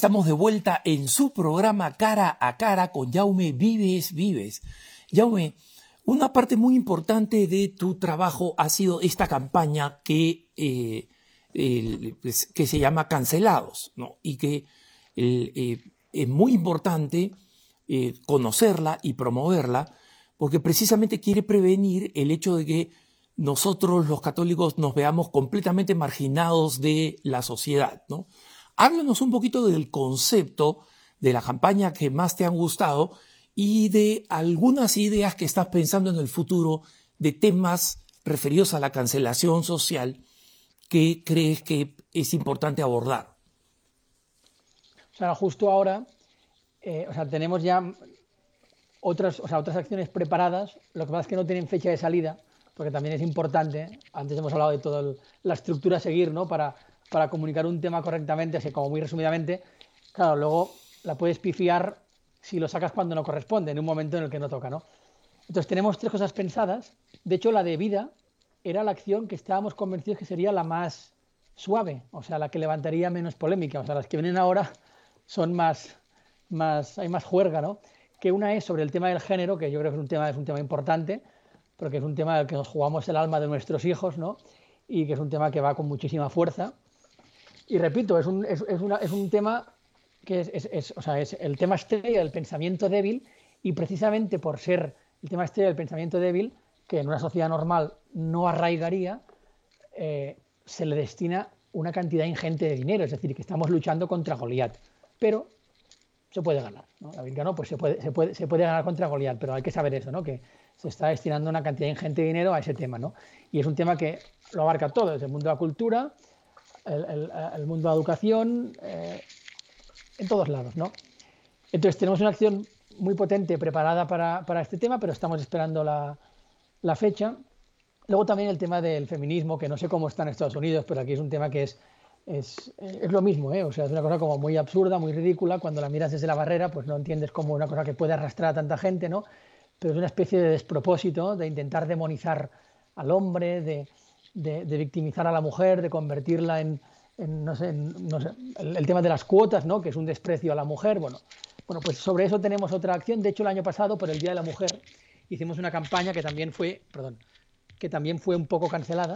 estamos de vuelta en su programa Cara a Cara con Jaume Vives Vives. Jaume, una parte muy importante de tu trabajo ha sido esta campaña que, eh, el, pues, que se llama Cancelados, ¿no? Y que el, eh, es muy importante eh, conocerla y promoverla porque precisamente quiere prevenir el hecho de que nosotros los católicos nos veamos completamente marginados de la sociedad, ¿no? Háblanos un poquito del concepto de la campaña que más te han gustado y de algunas ideas que estás pensando en el futuro de temas referidos a la cancelación social que crees que es importante abordar. O sea, justo ahora, eh, o sea, tenemos ya otras, o sea, otras acciones preparadas, lo que pasa es que no tienen fecha de salida, porque también es importante, antes hemos hablado de toda la estructura a seguir, ¿no? Para, para comunicar un tema correctamente, así como muy resumidamente, claro, luego la puedes pifiar si lo sacas cuando no corresponde, en un momento en el que no toca, ¿no? Entonces tenemos tres cosas pensadas. De hecho, la de vida era la acción que estábamos convencidos que sería la más suave, o sea, la que levantaría menos polémica. O sea, las que vienen ahora son más, más hay más juerga, ¿no? Que una es sobre el tema del género, que yo creo que es un tema, es un tema importante, porque es un tema del que nos jugamos el alma de nuestros hijos, ¿no? Y que es un tema que va con muchísima fuerza. Y repito, es un, es, es una, es un tema que es, es, es, o sea, es el tema estrella del pensamiento débil, y precisamente por ser el tema estrella del pensamiento débil, que en una sociedad normal no arraigaría, eh, se le destina una cantidad ingente de dinero, es decir, que estamos luchando contra Goliat, pero se puede ganar, ¿no? La Virgen no, pues se puede, se, puede, se puede ganar contra Goliat, pero hay que saber eso, ¿no? Que se está destinando una cantidad ingente de dinero a ese tema, ¿no? Y es un tema que lo abarca todo, desde el mundo de la cultura, el, el, el mundo de la educación, eh, en todos lados, ¿no? Entonces tenemos una acción muy potente preparada para, para este tema, pero estamos esperando la, la fecha. Luego también el tema del feminismo, que no sé cómo está en Estados Unidos, pero aquí es un tema que es, es, es lo mismo, ¿eh? O sea, es una cosa como muy absurda, muy ridícula. Cuando la miras desde la barrera, pues no entiendes cómo una cosa que puede arrastrar a tanta gente, ¿no? Pero es una especie de despropósito de intentar demonizar al hombre, de, de, de victimizar a la mujer, de convertirla en, en, no sé, en, no sé el, el tema de las cuotas, ¿no? Que es un desprecio a la mujer. Bueno, bueno, pues sobre eso tenemos otra acción. De hecho, el año pasado, por el Día de la Mujer, hicimos una campaña que también fue, perdón, que también fue un poco cancelada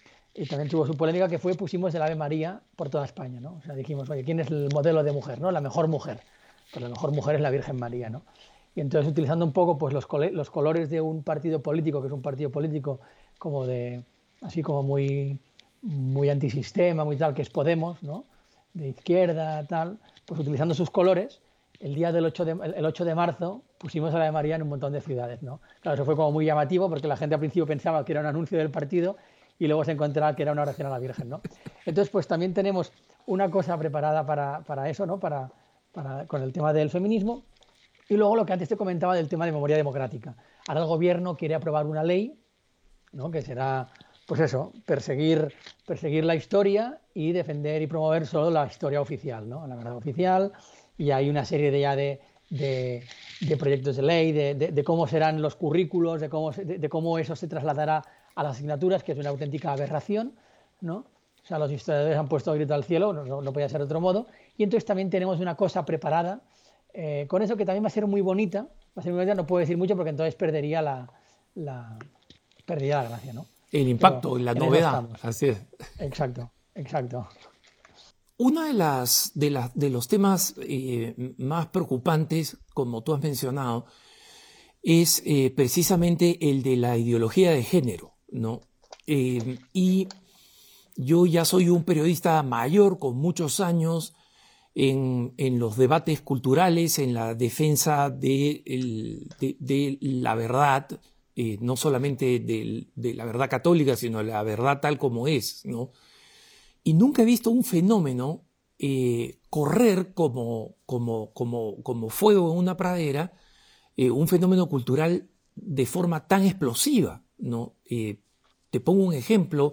y también tuvo su polémica, que fue, pusimos el Ave María por toda España, ¿no? O sea, dijimos, oye, ¿quién es el modelo de mujer, ¿no? La mejor mujer. Pues la mejor mujer es la Virgen María, ¿no? Y entonces, utilizando un poco pues los, los colores de un partido político, que es un partido político como de, así como muy, muy antisistema, muy tal, que es Podemos, ¿no? De izquierda, tal, pues utilizando sus colores, el día del ocho de, el ocho de marzo pusimos a la de María en un montón de ciudades, ¿no? Claro, eso fue como muy llamativo porque la gente al principio pensaba que era un anuncio del partido y luego se encontraba que era una oración a la Virgen, ¿no? Entonces, pues también tenemos una cosa preparada para, para eso, ¿no? Para, para, con el tema del feminismo. Y luego lo que antes te comentaba del tema de memoria democrática. Ahora el gobierno quiere aprobar una ley, ¿no? Que será, pues eso, perseguir, perseguir la historia y defender y promover solo la historia oficial, ¿no? La verdad oficial. Y hay una serie de ya de, de, de proyectos de ley, de, de, de cómo serán los currículos, de cómo, de, de cómo eso se trasladará a las asignaturas, que es una auténtica aberración, ¿no? O sea, los historiadores han puesto grito al cielo, no, no, no podía ser de otro modo. Y entonces también tenemos una cosa preparada, eh, con eso que también va a ser muy bonita, va a ser muy bonita, no puedo decir mucho porque entonces perdería la, la, perdería la gracia, ¿no? El impacto, Pero la novedad, así es. Exacto, exacto. Uno de, las, de, las, de los temas eh, más preocupantes, como tú has mencionado, es eh, precisamente el de la ideología de género, ¿no? Eh, y yo ya soy un periodista mayor con muchos años en, en los debates culturales, en la defensa de, el, de, de la verdad, eh, no solamente de, de la verdad católica, sino de la verdad tal como es, ¿no? Y nunca he visto un fenómeno eh, correr como, como, como, como fuego en una pradera, eh, un fenómeno cultural de forma tan explosiva, ¿no? Eh, te pongo un ejemplo.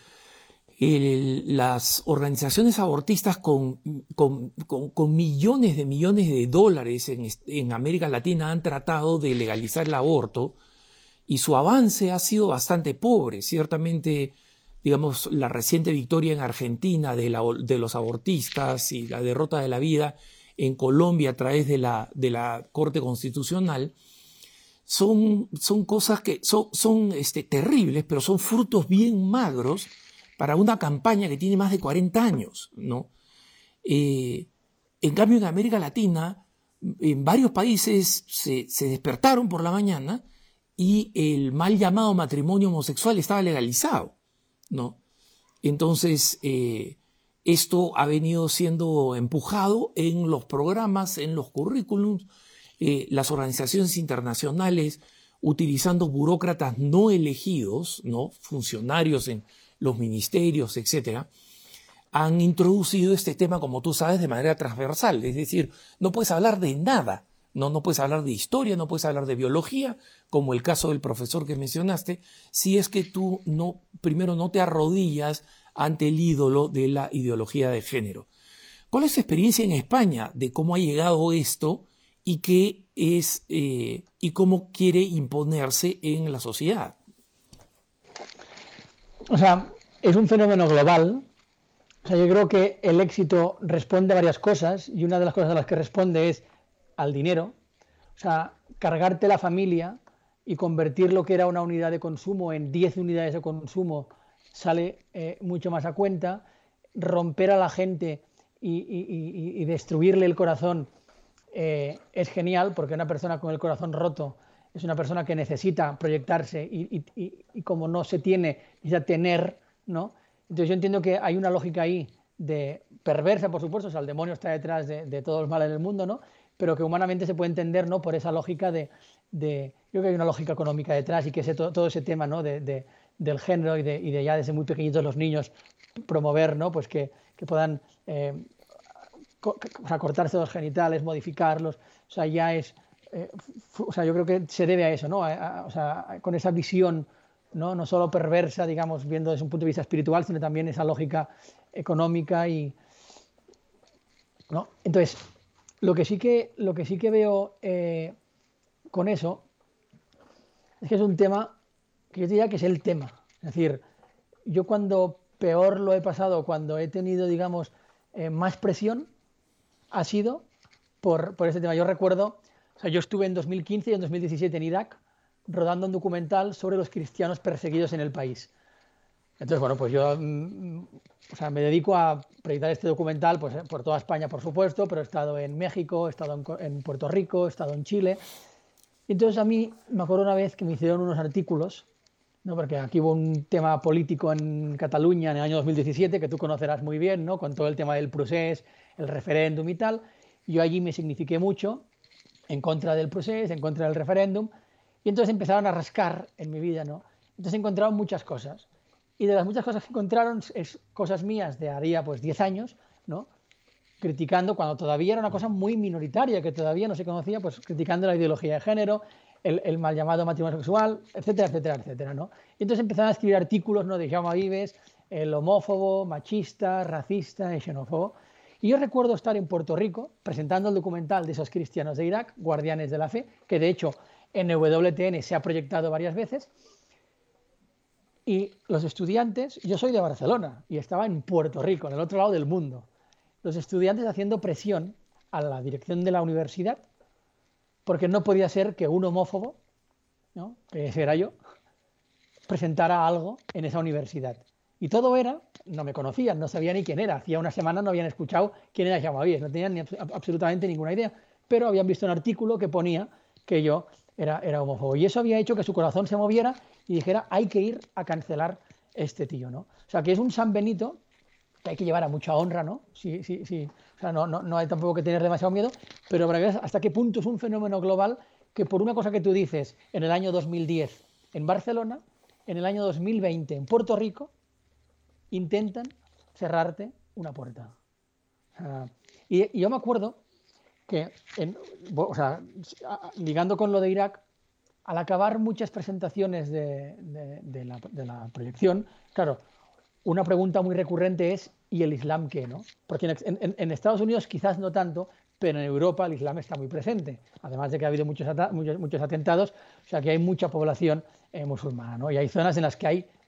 El, las organizaciones abortistas con, con, con, con millones de millones de dólares en, en América Latina han tratado de legalizar el aborto y su avance ha sido bastante pobre. Ciertamente digamos, la reciente victoria en Argentina de, la, de los abortistas y la derrota de la vida en Colombia a través de la, de la Corte Constitucional, son, son cosas que son, son este, terribles, pero son frutos bien magros para una campaña que tiene más de cuarenta años, ¿no? Eh, en cambio, en América Latina, en varios países se, se despertaron por la mañana y el mal llamado matrimonio homosexual estaba legalizado, ¿no? Entonces, eh, esto ha venido siendo empujado en los programas, en los currículums, eh, las organizaciones internacionales utilizando burócratas no elegidos, ¿no? Funcionarios en los ministerios, etcétera, han introducido este tema, como tú sabes, de manera transversal. Es decir, no puedes hablar de nada, no, no puedes hablar de historia, no puedes hablar de biología, como el caso del profesor que mencionaste, si es que tú no, primero no te arrodillas ante el ídolo de la ideología de género. ¿Cuál es tu experiencia en España de cómo ha llegado esto y qué es eh, y cómo quiere imponerse en la sociedad? O sea, es un fenómeno global. O sea, yo creo que el éxito responde a varias cosas y una de las cosas a las que responde es al dinero. O sea, cargarte la familia y convertir lo que era una unidad de consumo en diez unidades de consumo sale eh, mucho más a cuenta. Romper a la gente y, y, y, y destruirle el corazón eh, es genial, porque una persona con el corazón roto es una persona que necesita proyectarse y, y, y, y como no se tiene, necesita tener, ¿no? Entonces yo entiendo que hay una lógica ahí de perversa, por supuesto, o sea, el demonio está detrás de, de todos los males en el mundo, ¿no? Pero que humanamente se puede entender, ¿no? Por esa lógica de, de yo creo que hay una lógica económica detrás y que ese, todo, todo ese tema, ¿no? de, de, del género y de, y de ya desde muy pequeñitos los niños promover, ¿no? Pues que, que puedan eh, co o sea, cortarse los genitales, modificarlos, o sea, ya es, eh, o sea, yo creo que se debe a eso, ¿no? A, a, o sea, con esa visión, ¿no? No solo perversa, digamos, viendo desde un punto de vista espiritual, sino también esa lógica económica y, ¿no? Entonces, lo que sí que, lo que, sí que veo eh, con eso es que es un tema que yo diría que es el tema. Es decir, yo cuando peor lo he pasado, cuando he tenido, digamos, eh, más presión, ha sido por, por este tema. Yo recuerdo, o sea, yo estuve en dos mil quince y en dos mil diecisiete en Irak rodando un documental sobre los cristianos perseguidos en el país. Entonces, bueno, pues yo mmm, o sea, me dedico a proyectar este documental pues, por toda España, por supuesto, pero he estado en México, he estado en, en Puerto Rico, he estado en Chile. Y entonces a mí me acuerdo una vez que me hicieron unos artículos, ¿no? Porque aquí hubo un tema político en Cataluña en el año dos mil diecisiete que tú conocerás muy bien, ¿no? Con todo el tema del procés, el referéndum y tal. Yo allí me signifiqué mucho en contra del procés, en contra del referéndum, y entonces empezaron a rascar en mi vida, ¿no? Entonces encontraron muchas cosas. Y de las muchas cosas que encontraron es cosas mías de haría pues diez años, ¿no? Criticando cuando todavía era una cosa muy minoritaria, que todavía no se conocía, pues criticando la ideología de género, el, el mal llamado matrimonio sexual, etcétera, etcétera, etcétera, ¿no? Y entonces empezaron a escribir artículos, ¿no? De Jaume Vives, el homófobo, machista, racista y xenófobo. Y yo recuerdo estar en Puerto Rico presentando el documental de esos cristianos de Irak, Guardianes de la Fe, que de hecho en W T N se ha proyectado varias veces. Y los estudiantes, yo soy de Barcelona y estaba en Puerto Rico, en el otro lado del mundo. Los estudiantes haciendo presión a la dirección de la universidad, porque no podía ser que un homófobo, ¿no? Que ese era yo, presentara algo en esa universidad. Y todo era, no me conocían, no sabía ni quién era. Hacía una semana no habían escuchado quién era Jaume Vives, no tenían ni absolutamente ninguna idea, pero habían visto un artículo que ponía que yo era, era homófobo. Y eso había hecho que su corazón se moviera y dijera, hay que ir a cancelar este tío, ¿no? O sea, que es un San Benito que hay que llevar a mucha honra, ¿no? Sí, sí, sí. O sea, no, no, no hay tampoco que tener demasiado miedo, pero para ver hasta qué punto es un fenómeno global que por una cosa que tú dices en el año dos mil diez en Barcelona, en el año dos mil veinte en Puerto Rico, intentan cerrarte una puerta. O sea, y, y yo me acuerdo que, en, o sea, ligando con lo de Irak, al acabar muchas presentaciones de, de, de, la, de la proyección, claro, una pregunta muy recurrente es, ¿y el Islam qué, no? Porque en, en, en Estados Unidos quizás no tanto, pero en Europa el Islam está muy presente, además de que ha habido muchos, muchos, muchos atentados, o sea que hay mucha población eh, musulmana, ¿no? Y hay zonas en las que hay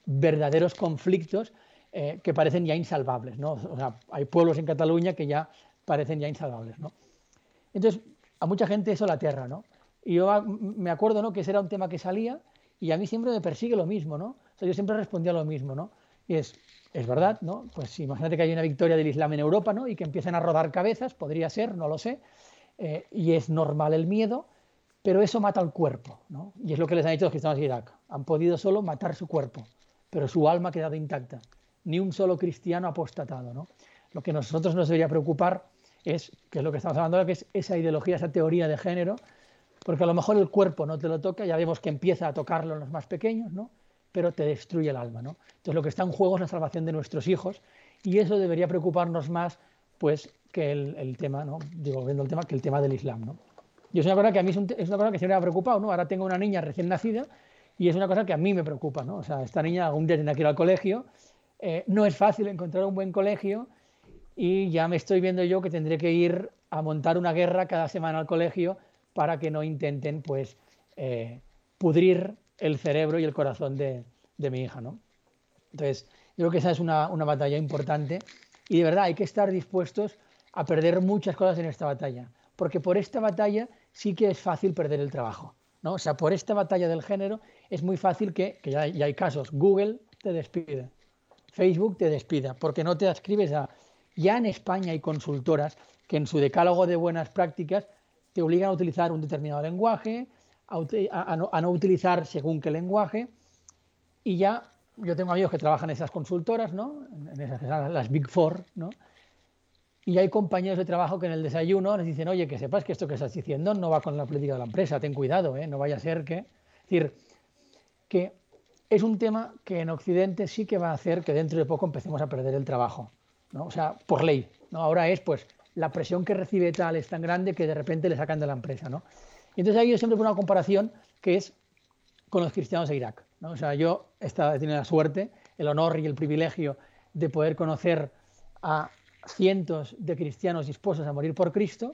verdaderos conflictos eh, que parecen ya insalvables, ¿no? O sea, hay pueblos en Cataluña que ya parecen ya insalvables, ¿no? Entonces, a mucha gente eso la aterra, ¿no? Y yo me acuerdo, ¿no?, que ese era un tema que salía y a mí siempre me persigue lo mismo, ¿no? O sea, yo siempre respondía lo mismo, ¿no? Y es, es verdad, ¿no? Pues imagínate que hay una victoria del Islam en Europa, ¿no? Y que empiecen a rodar cabezas, podría ser, no lo sé, eh, y es normal el miedo, pero eso mata al cuerpo, ¿no? Y es lo que les han dicho los cristianos de Irak. Han podido solo matar su cuerpo, pero su alma ha quedado intacta. Ni un solo cristiano ha apostatado, ¿no? Lo que a nosotros nos debería preocupar es, que es lo que estamos hablando ahora, que es esa ideología, esa teoría de género, porque a lo mejor el cuerpo no te lo toca, ya vemos que empieza a tocarlo en los más pequeños, ¿no? Pero te destruye el alma, ¿no? Entonces lo que está en juego es la salvación de nuestros hijos y eso debería preocuparnos más, pues, que el, el tema, ¿no? Digo, viendo el tema, que el tema del Islam, ¿no? Y es una cosa que a mí es, un, es una cosa que siempre me ha preocupado, ¿no? Ahora tengo una niña recién nacida y es una cosa que a mí me preocupa, ¿no? O sea, esta niña algún día tiene que ir al colegio, eh, no es fácil encontrar un buen colegio y ya me estoy viendo yo que tendré que ir a montar una guerra cada semana al colegio para que no intenten, pues, eh, pudrir el cerebro y el corazón de, de mi hija, ¿no? Entonces, yo creo que esa es una, una batalla importante y de verdad hay que estar dispuestos a perder muchas cosas en esta batalla, porque por esta batalla sí que es fácil perder el trabajo, ¿no? O sea, por esta batalla del género es muy fácil que, que ya, ya hay casos, Google te despide, Facebook te despida, porque no te adscribes a... Ya en España hay consultoras que en su decálogo de buenas prácticas te obligan a utilizar un determinado lenguaje, a, a, a, no, a no utilizar según qué lenguaje, y ya yo tengo amigos que trabajan en esas consultoras, ¿no? En esas, las Big Four, ¿no? Y hay compañeros de trabajo que en el desayuno les dicen, oye, que sepas que esto que estás diciendo no va con la política de la empresa, ten cuidado, ¿eh? No vaya a ser que... Es decir, que es un tema que en Occidente sí que va a hacer que dentro de poco empecemos a perder el trabajo, ¿no? O sea, por ley, ¿no? Ahora es, pues, la presión que recibe tal es tan grande que de repente le sacan de la empresa, ¿no? Y entonces ahí yo siempre pongo una comparación que es con los cristianos de Irak, ¿no? O sea, yo he, estado, he tenido la suerte, el honor y el privilegio de poder conocer a cientos de cristianos dispuestos a morir por Cristo.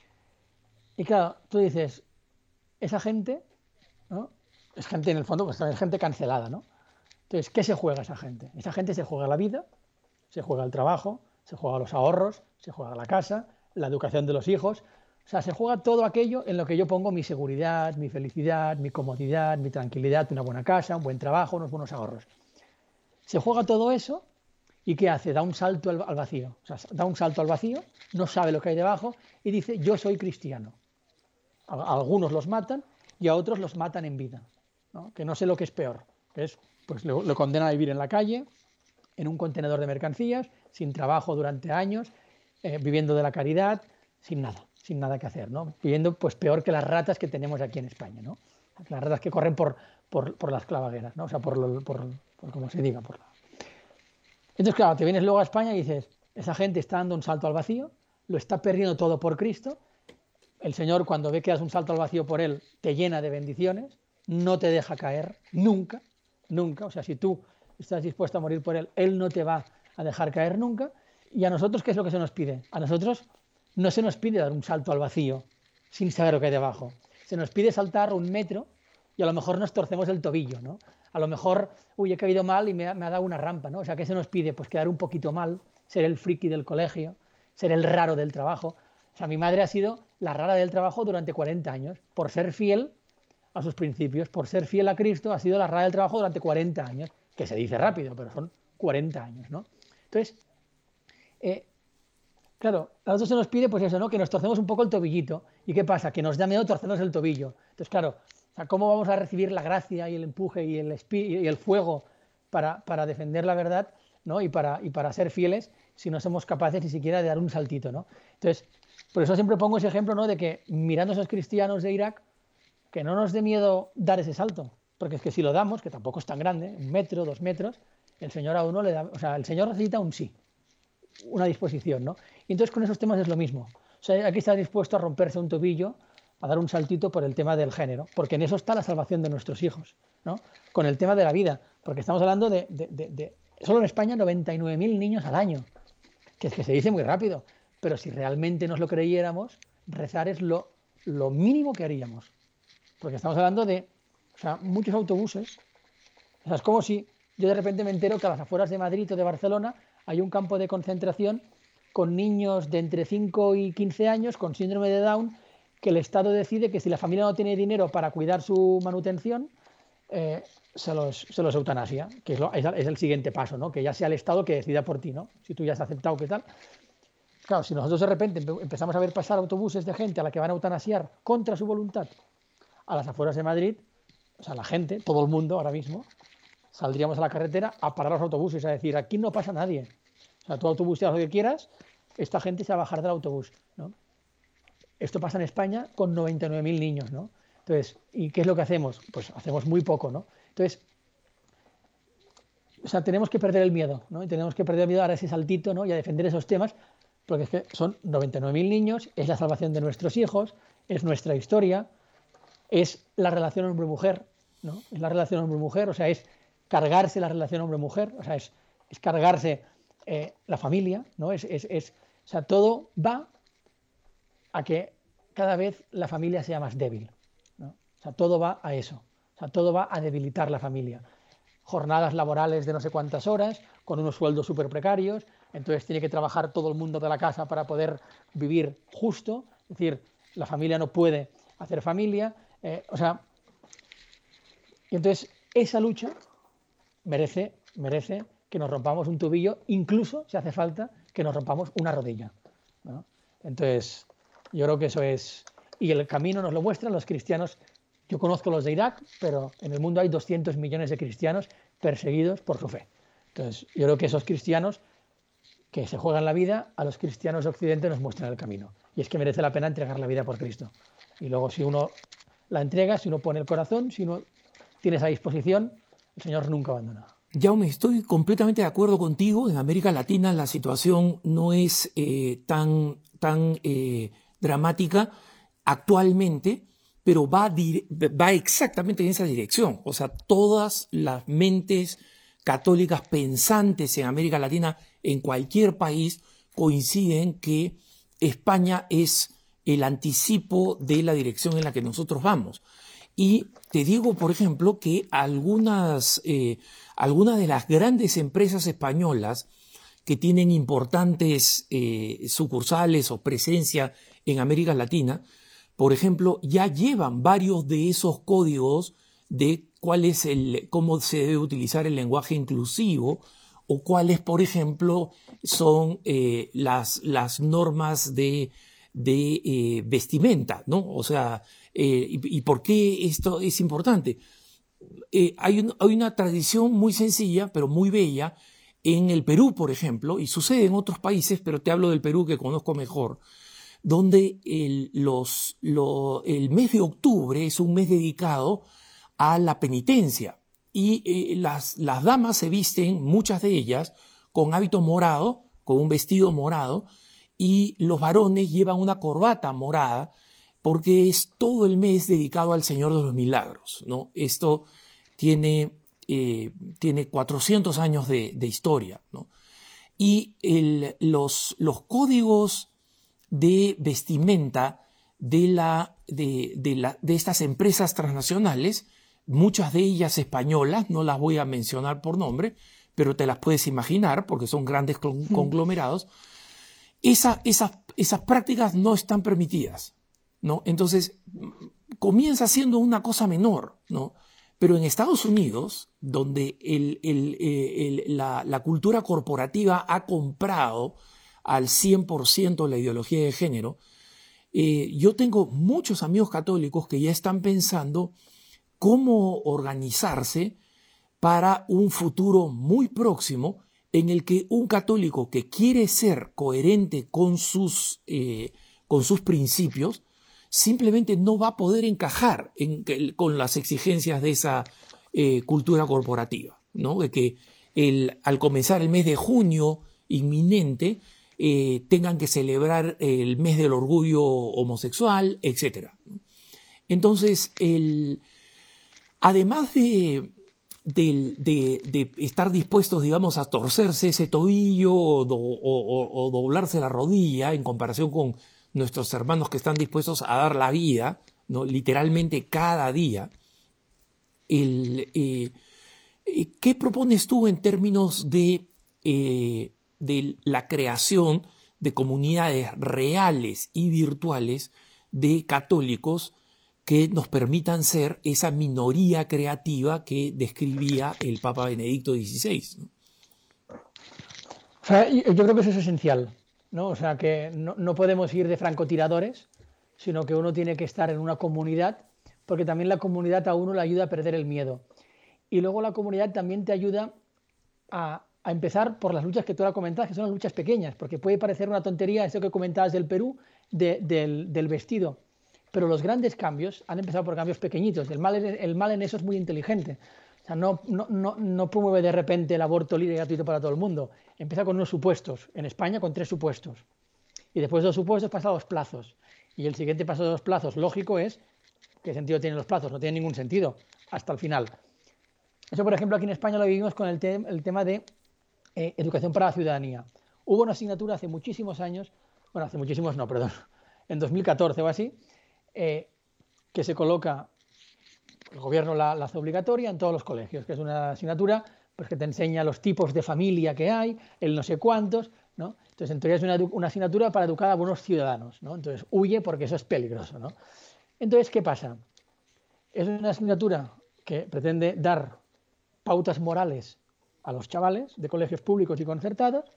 Y claro, tú dices, esa gente, ¿no? Es gente en el fondo, pues es gente cancelada, ¿no? Entonces, ¿qué se juega esa gente? Esa gente se juega la vida, se juega el trabajo, se juega los ahorros, se juega la casa, la educación de los hijos. O sea, se juega todo aquello en lo que yo pongo mi seguridad, mi felicidad, mi comodidad, mi tranquilidad, una buena casa, un buen trabajo, unos buenos ahorros. Se juega todo eso y ¿qué hace? Da un salto al, al vacío. O sea, da un salto al vacío, no sabe lo que hay debajo y dice, yo soy cristiano. A, a algunos los matan y a otros los matan en vida, ¿no? Que no sé lo que es peor. Que es, pues lo, lo condenan a vivir en la calle, en un contenedor de mercancías, sin trabajo durante años, eh, viviendo de la caridad, sin nada, sin nada que hacer, ¿no? Viviendo pues peor que las ratas que tenemos aquí en España, ¿no? Las ratas que corren por, por, por las clavagueras, ¿no? O sea, por, lo, por, por como se diga, por la... Entonces, claro, te vienes luego a España y dices, esa gente está dando un salto al vacío, lo está perdiendo todo por Cristo, el Señor cuando ve que das un salto al vacío por Él, te llena de bendiciones, no te deja caer, nunca, nunca, o sea, si tú estás dispuesto a morir por Él, Él no te va a dejar caer nunca. Y a nosotros, ¿qué es lo que se nos pide? A nosotros no se nos pide dar un salto al vacío sin saber lo que hay debajo. Se nos pide saltar un metro y a lo mejor nos torcemos el tobillo, ¿no? A lo mejor, uy, he caído mal y me ha, me ha dado una rampa, ¿no? O sea, ¿qué se nos pide? Pues quedar un poquito mal, ser el friki del colegio, ser el raro del trabajo. O sea, mi madre ha sido la rara del trabajo durante cuarenta años, por ser fiel a sus principios, por ser fiel a Cristo, ha sido la rara del trabajo durante cuarenta años, que se dice rápido, pero son cuarenta años, ¿no? Entonces, eh, claro, a nosotros se nos pide, pues eso, ¿no? Que nos torcemos un poco el tobillito. ¿Y qué pasa? Que nos da miedo torcernos el tobillo. Entonces, claro, o sea, ¿cómo vamos a recibir la gracia y el empuje y el, y el fuego para, para defender la verdad, ¿no? Y para, y para ser fieles si no somos capaces ni siquiera de dar un saltito, ¿no? Entonces, por eso siempre pongo ese ejemplo, ¿no? De que mirando a esos cristianos de Irak, que no nos dé miedo dar ese salto. Porque es que si lo damos, que tampoco es tan grande, un metro, dos metros, el Señor a uno le da... O sea, el Señor necesita un sí, una disposición, ¿no? Y entonces con esos temas es lo mismo. O sea, aquí está dispuesto a romperse un tobillo, a dar un saltito por el tema del género, porque en eso está la salvación de nuestros hijos, ¿no? Con el tema de la vida, porque estamos hablando de... de, de, de solo en España noventa y nueve mil niños al año, que es que se dice muy rápido, pero si realmente nos lo creyéramos, rezar es lo, lo mínimo que haríamos. Porque estamos hablando de, o sea, muchos autobuses. O sea, es como si yo de repente me entero que a las afueras de Madrid o de Barcelona hay un campo de concentración con niños de entre cinco y quince años con síndrome de Down, que el Estado decide que si la familia no tiene dinero para cuidar su manutención, eh, se, los, se los eutanasia, que es, lo, es, es el siguiente paso, ¿no? Que ya sea el Estado que decida por ti, ¿no? Si tú ya has aceptado qué tal. Claro, si nosotros de repente empezamos a ver pasar autobuses de gente a la que van a eutanasiar contra su voluntad a las afueras de Madrid, o sea, la gente, todo el mundo ahora mismo, saldríamos a la carretera a parar los autobuses, a decir, aquí no pasa nadie. O sea, tu autobús te haz lo que quieras, esta gente se va a bajar del autobús, ¿no? Esto pasa en España con noventa y nueve mil niños, ¿no? Entonces, ¿y qué es lo que hacemos? Pues hacemos muy poco, ¿no? Entonces, o sea, tenemos que perder el miedo, ¿no? Y tenemos que perder el miedo a dar ese saltito, ¿no? Y a defender esos temas, porque es que son noventa y nueve mil niños, es la salvación de nuestros hijos, es nuestra historia, es la relación hombre-mujer, ¿no? Es la relación hombre-mujer, o sea, es cargarse la relación hombre-mujer, o sea, es, es cargarse eh, la familia, ¿no? Es, es, es, o sea, todo va a que cada vez la familia sea más débil, ¿no? O sea, todo va a eso, o sea, todo va a debilitar la familia. Jornadas laborales de no sé cuántas horas, con unos sueldos súper precarios, entonces tiene que trabajar todo el mundo de la casa para poder vivir justo, es decir, la familia no puede hacer familia, eh, o sea, y entonces esa lucha merece, merece que nos rompamos un tobillo, incluso si hace falta que nos rompamos una rodilla, ¿no? Entonces, yo creo que eso es, y el camino nos lo muestran los cristianos. Yo conozco los de Irak, pero en el mundo hay doscientos millones de cristianos perseguidos por su fe. Entonces, yo creo que esos cristianos que se juegan la vida, a los cristianos de Occidente nos muestran el camino. Y es que merece la pena entregar la vida por Cristo. Y luego, si uno la entrega, si uno pone el corazón, si uno tiene esa disposición, el Señor nunca abandona. Jaume, estoy completamente de acuerdo contigo. En América Latina la situación no es eh, tan, tan eh, dramática actualmente, pero va, va exactamente en esa dirección. O sea, todas las mentes católicas pensantes en América Latina, en cualquier país, coinciden que España es el anticipo de la dirección en la que nosotros vamos. Y te digo, por ejemplo, que algunas, eh, algunas de las grandes empresas españolas que tienen importantes eh, sucursales o presencia en América Latina, por ejemplo, ya llevan varios de esos códigos de cuál es el, cómo se debe utilizar el lenguaje inclusivo o cuáles, por ejemplo, son eh, las, las normas de, de eh, vestimenta, ¿no? O sea, eh, y, y por qué esto es importante. Eh, hay, un, hay una tradición muy sencilla, pero muy bella, en el Perú, por ejemplo, y sucede en otros países, pero te hablo del Perú que conozco mejor, donde el, los, lo, el mes de octubre es un mes dedicado a la penitencia. Y eh, las, las damas se visten, muchas de ellas, con hábito morado, con un vestido morado, y los varones llevan una corbata morada, porque es todo el mes dedicado al Señor de los Milagros, ¿no? Esto tiene, eh, tiene cuatrocientos años de, de historia, ¿no? Y el, los, los códigos de vestimenta de, la, de, de, la, de estas empresas transnacionales, muchas de ellas españolas, no las voy a mencionar por nombre, pero te las puedes imaginar porque son grandes conglomerados, esa, esas, esas prácticas no están permitidas, ¿no? Entonces, comienza siendo una cosa menor, ¿no? Pero en Estados Unidos, donde el, el, el, el, la, la cultura corporativa ha comprado al cien por ciento la ideología de género, eh, yo tengo muchos amigos católicos que ya están pensando cómo organizarse para un futuro muy próximo en el que un católico que quiere ser coherente con sus, eh, con sus principios simplemente no va a poder encajar en, con las exigencias de esa eh, cultura corporativa, ¿no? De que el, al comenzar el mes de junio inminente eh, tengan que celebrar el mes del orgullo homosexual, etcétera. Entonces, el, además de, de, de, de estar dispuestos, digamos, a torcerse ese tobillo o, do, o, o doblarse la rodilla en comparación con nuestros hermanos que están dispuestos a dar la vida, ¿no? Literalmente cada día, el, eh, ¿Qué propones tú en términos de, eh, de la creación de comunidades reales y virtuales de católicos que nos permitan ser esa minoría creativa que describía el Papa Benedicto dieciséis, ¿no? O sea, yo creo que eso es esencial, ¿no? O sea, que no, no podemos ir de francotiradores, sino que uno tiene que estar en una comunidad, porque también la comunidad a uno le ayuda a perder el miedo. Y luego la comunidad también te ayuda a, a empezar por las luchas que tú ahora comentabas, que son las luchas pequeñas, porque puede parecer una tontería eso que comentabas del Perú, de, del, del vestido. Pero los grandes cambios han empezado por cambios pequeñitos. El mal, el mal en eso es muy inteligente. O sea, no, no, no, no promueve de repente el aborto libre y gratuito para todo el mundo. Empieza con unos supuestos. En España con tres supuestos. Y después de los supuestos pasa a los plazos. Y el siguiente paso de los plazos lógico es, ¿qué sentido tienen los plazos? No tienen ningún sentido hasta el final. Eso, por ejemplo, aquí en España lo vivimos con el, te el tema de eh, educación para la ciudadanía. Hubo una asignatura hace muchísimos años, bueno, hace muchísimos no, perdón, en dos mil catorce o así, eh, que se coloca, el gobierno la, la hace obligatoria en todos los colegios, que es una asignatura pues, que te enseña los tipos de familia que hay, el no sé cuántos, ¿no? Entonces, en teoría es una, una asignatura para educar a buenos ciudadanos, ¿no? Entonces, huye porque eso es peligroso, ¿no? Entonces, ¿qué pasa? Es una asignatura que pretende dar pautas morales a los chavales de colegios públicos y concertados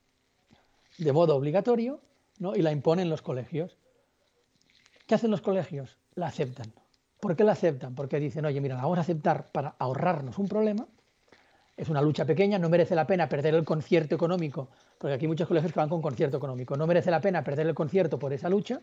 de modo obligatorio, ¿no? Y la imponen los colegios. ¿Qué hacen los colegios? La aceptan. ¿Por qué la aceptan? Porque dicen, oye, mira, la vamos a aceptar para ahorrarnos un problema, es una lucha pequeña, no merece la pena perder el concierto económico, porque aquí hay muchos colegios que van con concierto económico, no merece la pena perder el concierto por esa lucha,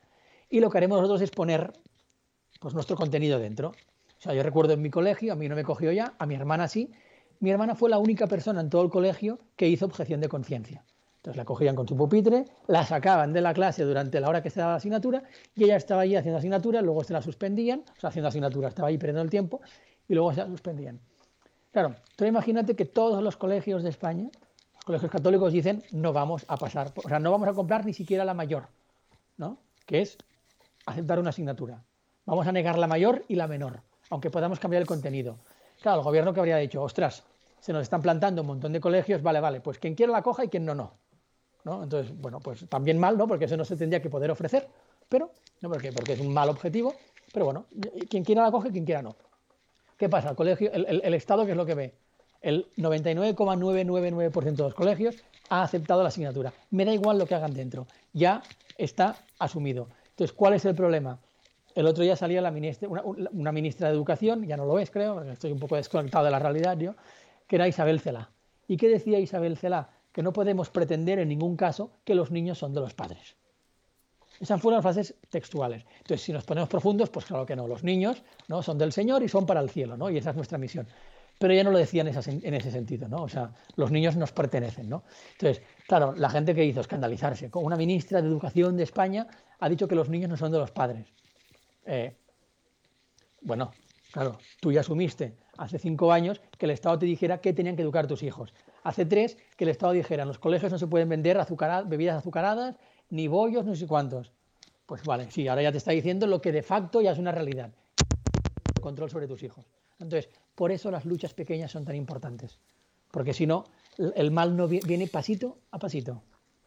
y lo que haremos nosotros es poner pues, nuestro contenido dentro. O sea, yo recuerdo en mi colegio, a mí no me cogió ya, a mi hermana sí. Mi hermana fue la única persona en todo el colegio que hizo objeción de conciencia. Entonces la cogían con su pupitre, la sacaban de la clase durante la hora que se daba la asignatura y ella estaba allí haciendo asignatura, luego se la suspendían, o sea, haciendo asignatura, estaba ahí perdiendo el tiempo y luego se la suspendían. Claro, tú imagínate que todos los colegios de España, los colegios católicos dicen no vamos a pasar, o sea, no vamos a comprar ni siquiera la mayor, ¿no? Que es aceptar una asignatura. Vamos a negar la mayor y la menor, aunque podamos cambiar el contenido. Claro, el gobierno que habría dicho, ostras, se nos están plantando un montón de colegios, vale, vale, pues quien quiera la coja y quien no, no. ¿No? Entonces, bueno, pues también mal, ¿no? Porque eso no se tendría que poder ofrecer, pero, ¿no? Porque, porque es un mal objetivo, pero bueno, quien quiera la coge, quien quiera no. ¿Qué pasa? El colegio, el, el, el Estado, ¿qué es lo que ve? El noventa y nueve coma novecientos noventa y nueve por ciento de los colegios ha aceptado la asignatura. Me da igual lo que hagan dentro, ya está asumido. Entonces, ¿cuál es el problema? El otro día salía la ministra, una, una ministra de Educación, ya no lo ves, creo, porque estoy un poco desconectado de la realidad yo, que era Isabel Celaá. ¿Y qué decía Isabel Celaá? Que no podemos pretender en ningún caso que los niños son de los padres. Esas fueron las frases textuales. Entonces, si nos ponemos profundos, pues claro que no. Los niños, ¿no? Son del Señor y son para el cielo, ¿no? Y esa es nuestra misión. Pero ella no lo decía en, esa, en ese sentido, ¿no? O sea, los niños nos pertenecen, ¿no? Entonces, claro, la gente que hizo escandalizarse. Una ministra de Educación de España ha dicho que los niños no son de los padres. Eh, bueno, claro, tú ya asumiste hace cinco años que el Estado te dijera qué tenían que educar tus hijos. Hace tres que el Estado dijera en los colegios no se pueden vender azucaradas, bebidas azucaradas, ni bollos, no sé cuántos. Pues vale, sí, ahora ya te está diciendo lo que de facto ya es una realidad. Control sobre tus hijos. Entonces, por eso las luchas pequeñas son tan importantes. Porque si no, el mal no viene pasito a pasito.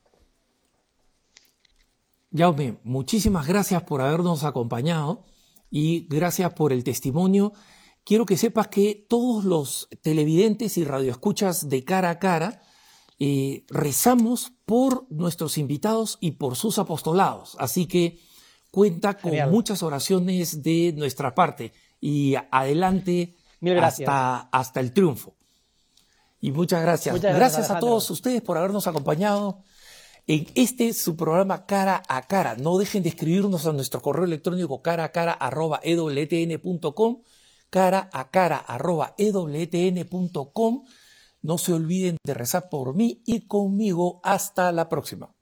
Jaume, muchísimas gracias por habernos acompañado y gracias por el testimonio. Quiero que sepas que todos los televidentes y radioescuchas de Cara a Cara eh, rezamos por nuestros invitados y por sus apostolados. Así que cuenta con Genial. muchas oraciones de nuestra parte y adelante hasta, hasta el triunfo. Y muchas gracias. Muchas gracias, gracias a todos ustedes por habernos acompañado en este su programa Cara a Cara. No dejen de escribirnos a nuestro correo electrónico cara a cara arroba e w t n punto com, cara a cara arroba e w t n punto com. No se olviden de rezar por mí y conmigo. Hasta la próxima.